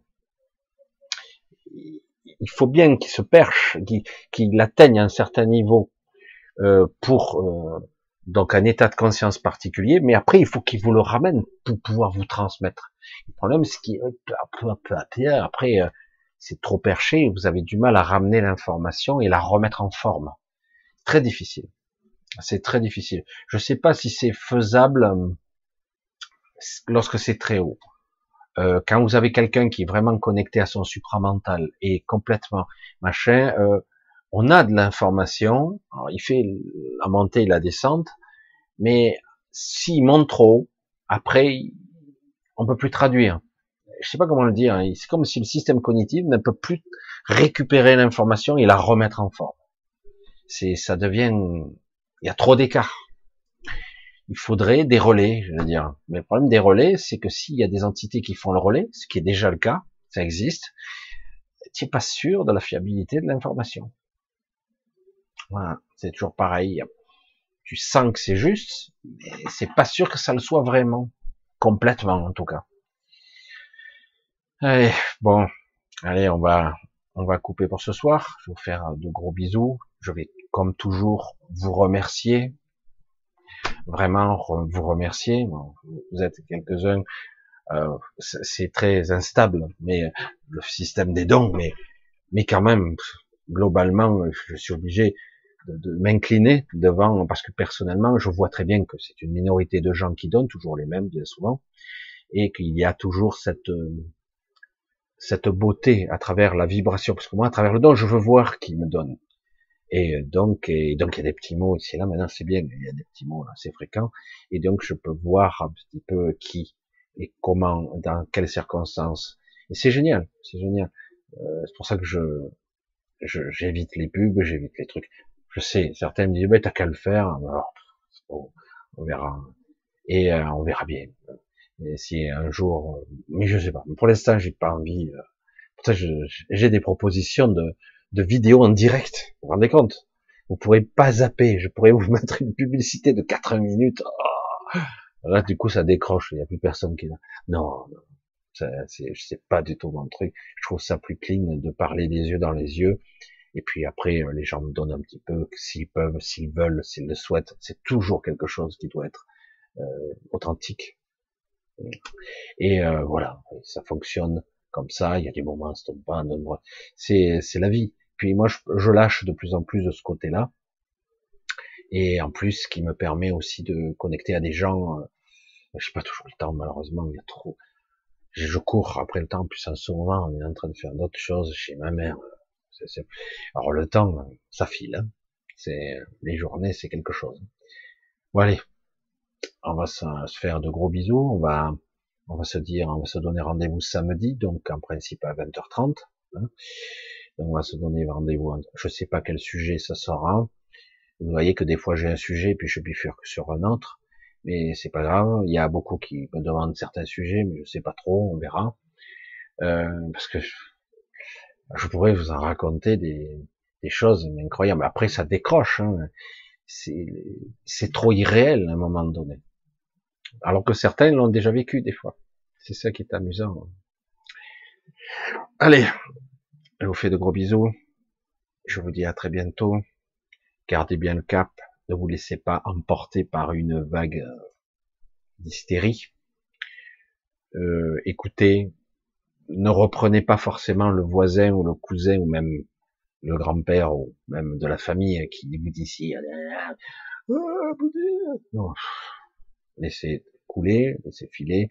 Il faut bien qu'il se perche, qu'il atteigne un certain niveau pour donc un état de conscience particulier, mais après il faut qu'il vous le ramène pour pouvoir vous transmettre. Le problème, c'est qu'après c'est trop perché, vous avez du mal à ramener l'information et la remettre en forme. Très difficile. C'est très difficile. Je ne sais pas si c'est faisable lorsque c'est très haut. Quand vous avez quelqu'un qui est vraiment connecté à son supramental et complètement machin, on a de l'information. Alors, il fait la montée et la descente, mais s'il monte trop haut, après, on peut plus traduire. Je sais pas comment le dire. Hein. C'est comme si le système cognitif ne peut plus récupérer l'information et la remettre en forme. Ça devient, il y a trop d'écart. Il faudrait des relais, je veux dire. Mais le problème des relais, c'est que s'il y a des entités qui font le relais, ce qui est déjà le cas, ça existe, tu n'es pas sûr de la fiabilité de l'information. Voilà, c'est toujours pareil. Tu sens que c'est juste, mais c'est pas sûr que ça le soit vraiment, complètement en tout cas. Allez, bon, allez, on va couper pour ce soir. Je vais vous faire de gros bisous. Je vais, comme toujours, vous remercier, vraiment vous remercier. Bon, vous êtes quelques-uns. C'est très instable, mais le système des dons, mais quand même, globalement, je suis obligé de m'incliner devant, parce que personnellement, je vois très bien que c'est une minorité de gens qui donnent, toujours les mêmes, bien souvent, et qu'il y a toujours cette beauté à travers la vibration, parce que moi, à travers le don, je veux voir qui me donne. Et donc, il y a des petits mots ici et là, maintenant c'est bien, il y a des petits mots là, c'est fréquent, et donc je peux voir un petit peu qui et comment, dans quelles circonstances. Et c'est génial, c'est génial. C'est pour ça que j'évite les pubs, j'évite les trucs. Je sais, certains me disent, mais t'as qu'à le faire. Alors, bon, on verra. Et on verra bien. Et si un jour, mais je sais pas. Pour l'instant, j'ai pas envie. Pourtant, j'ai des propositions de vidéos en direct. Vous vous rendez compte? Vous pourrez pas zapper. Je pourrais vous mettre une publicité de 4 minutes. Oh, là, du coup, ça décroche. Il n'y a plus personne qui est là. Non, non. C'est pas du tout mon truc. Je trouve ça plus clean de parler des yeux dans les yeux. Et puis après, les gens me donnent un petit peu, s'ils peuvent, s'ils veulent, s'ils le souhaitent. C'est toujours quelque chose qui doit être authentique. Et voilà, ça fonctionne comme ça. Il y a des moments, c'est pas, c'est la vie. Puis moi, je lâche de plus en plus de ce côté-là. Et en plus, ce qui me permet aussi de connecter à des gens. J'ai pas toujours le temps, malheureusement. Il y a trop. Je cours après le temps. Puis en ce moment, on est en train de faire d'autres choses chez ma mère. Alors le temps, ça file. Hein. C'est les journées, c'est quelque chose. Bon allez, on va se faire de gros bisous. On va se donner rendez-vous samedi, donc en principe à 20h30. Hein. Donc on va se donner rendez-vous. Je sais pas quel sujet ça sera. Vous voyez que des fois j'ai un sujet, puis je bifurque sur un autre. Mais c'est pas grave. Il y a beaucoup qui me demandent certains sujets, mais je sais pas trop. On verra. Parce que je pourrais vous en raconter des choses incroyables. Après, ça décroche. Hein. C'est trop irréel à un moment donné. Alors que certains l'ont déjà vécu des fois. C'est ça qui est amusant. Allez, je vous fais de gros bisous. Je vous dis à très bientôt. Gardez bien le cap. Ne vous laissez pas emporter par une vague d'hystérie. Écoutez, ne reprenez pas forcément le voisin ou le cousin ou même le grand-père ou même de la famille qui vous dit si. Non, laissez couler, laissez filer.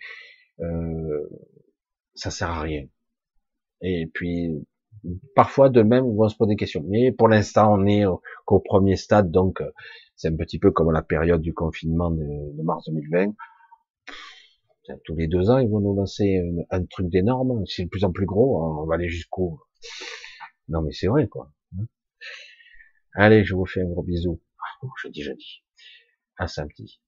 Ça sert à rien. Et puis parfois de même, on va se poser des questions. Mais pour l'instant, on est qu'au premier stade, donc c'est un petit peu comme la période du confinement de mars 2020. Tous les 2 ans, ils vont nous lancer un truc d'énorme. C'est de plus en plus gros. On va aller jusqu'au. Non, mais c'est vrai, quoi. Allez, je vous fais un gros bisou. Je dis. À samedi.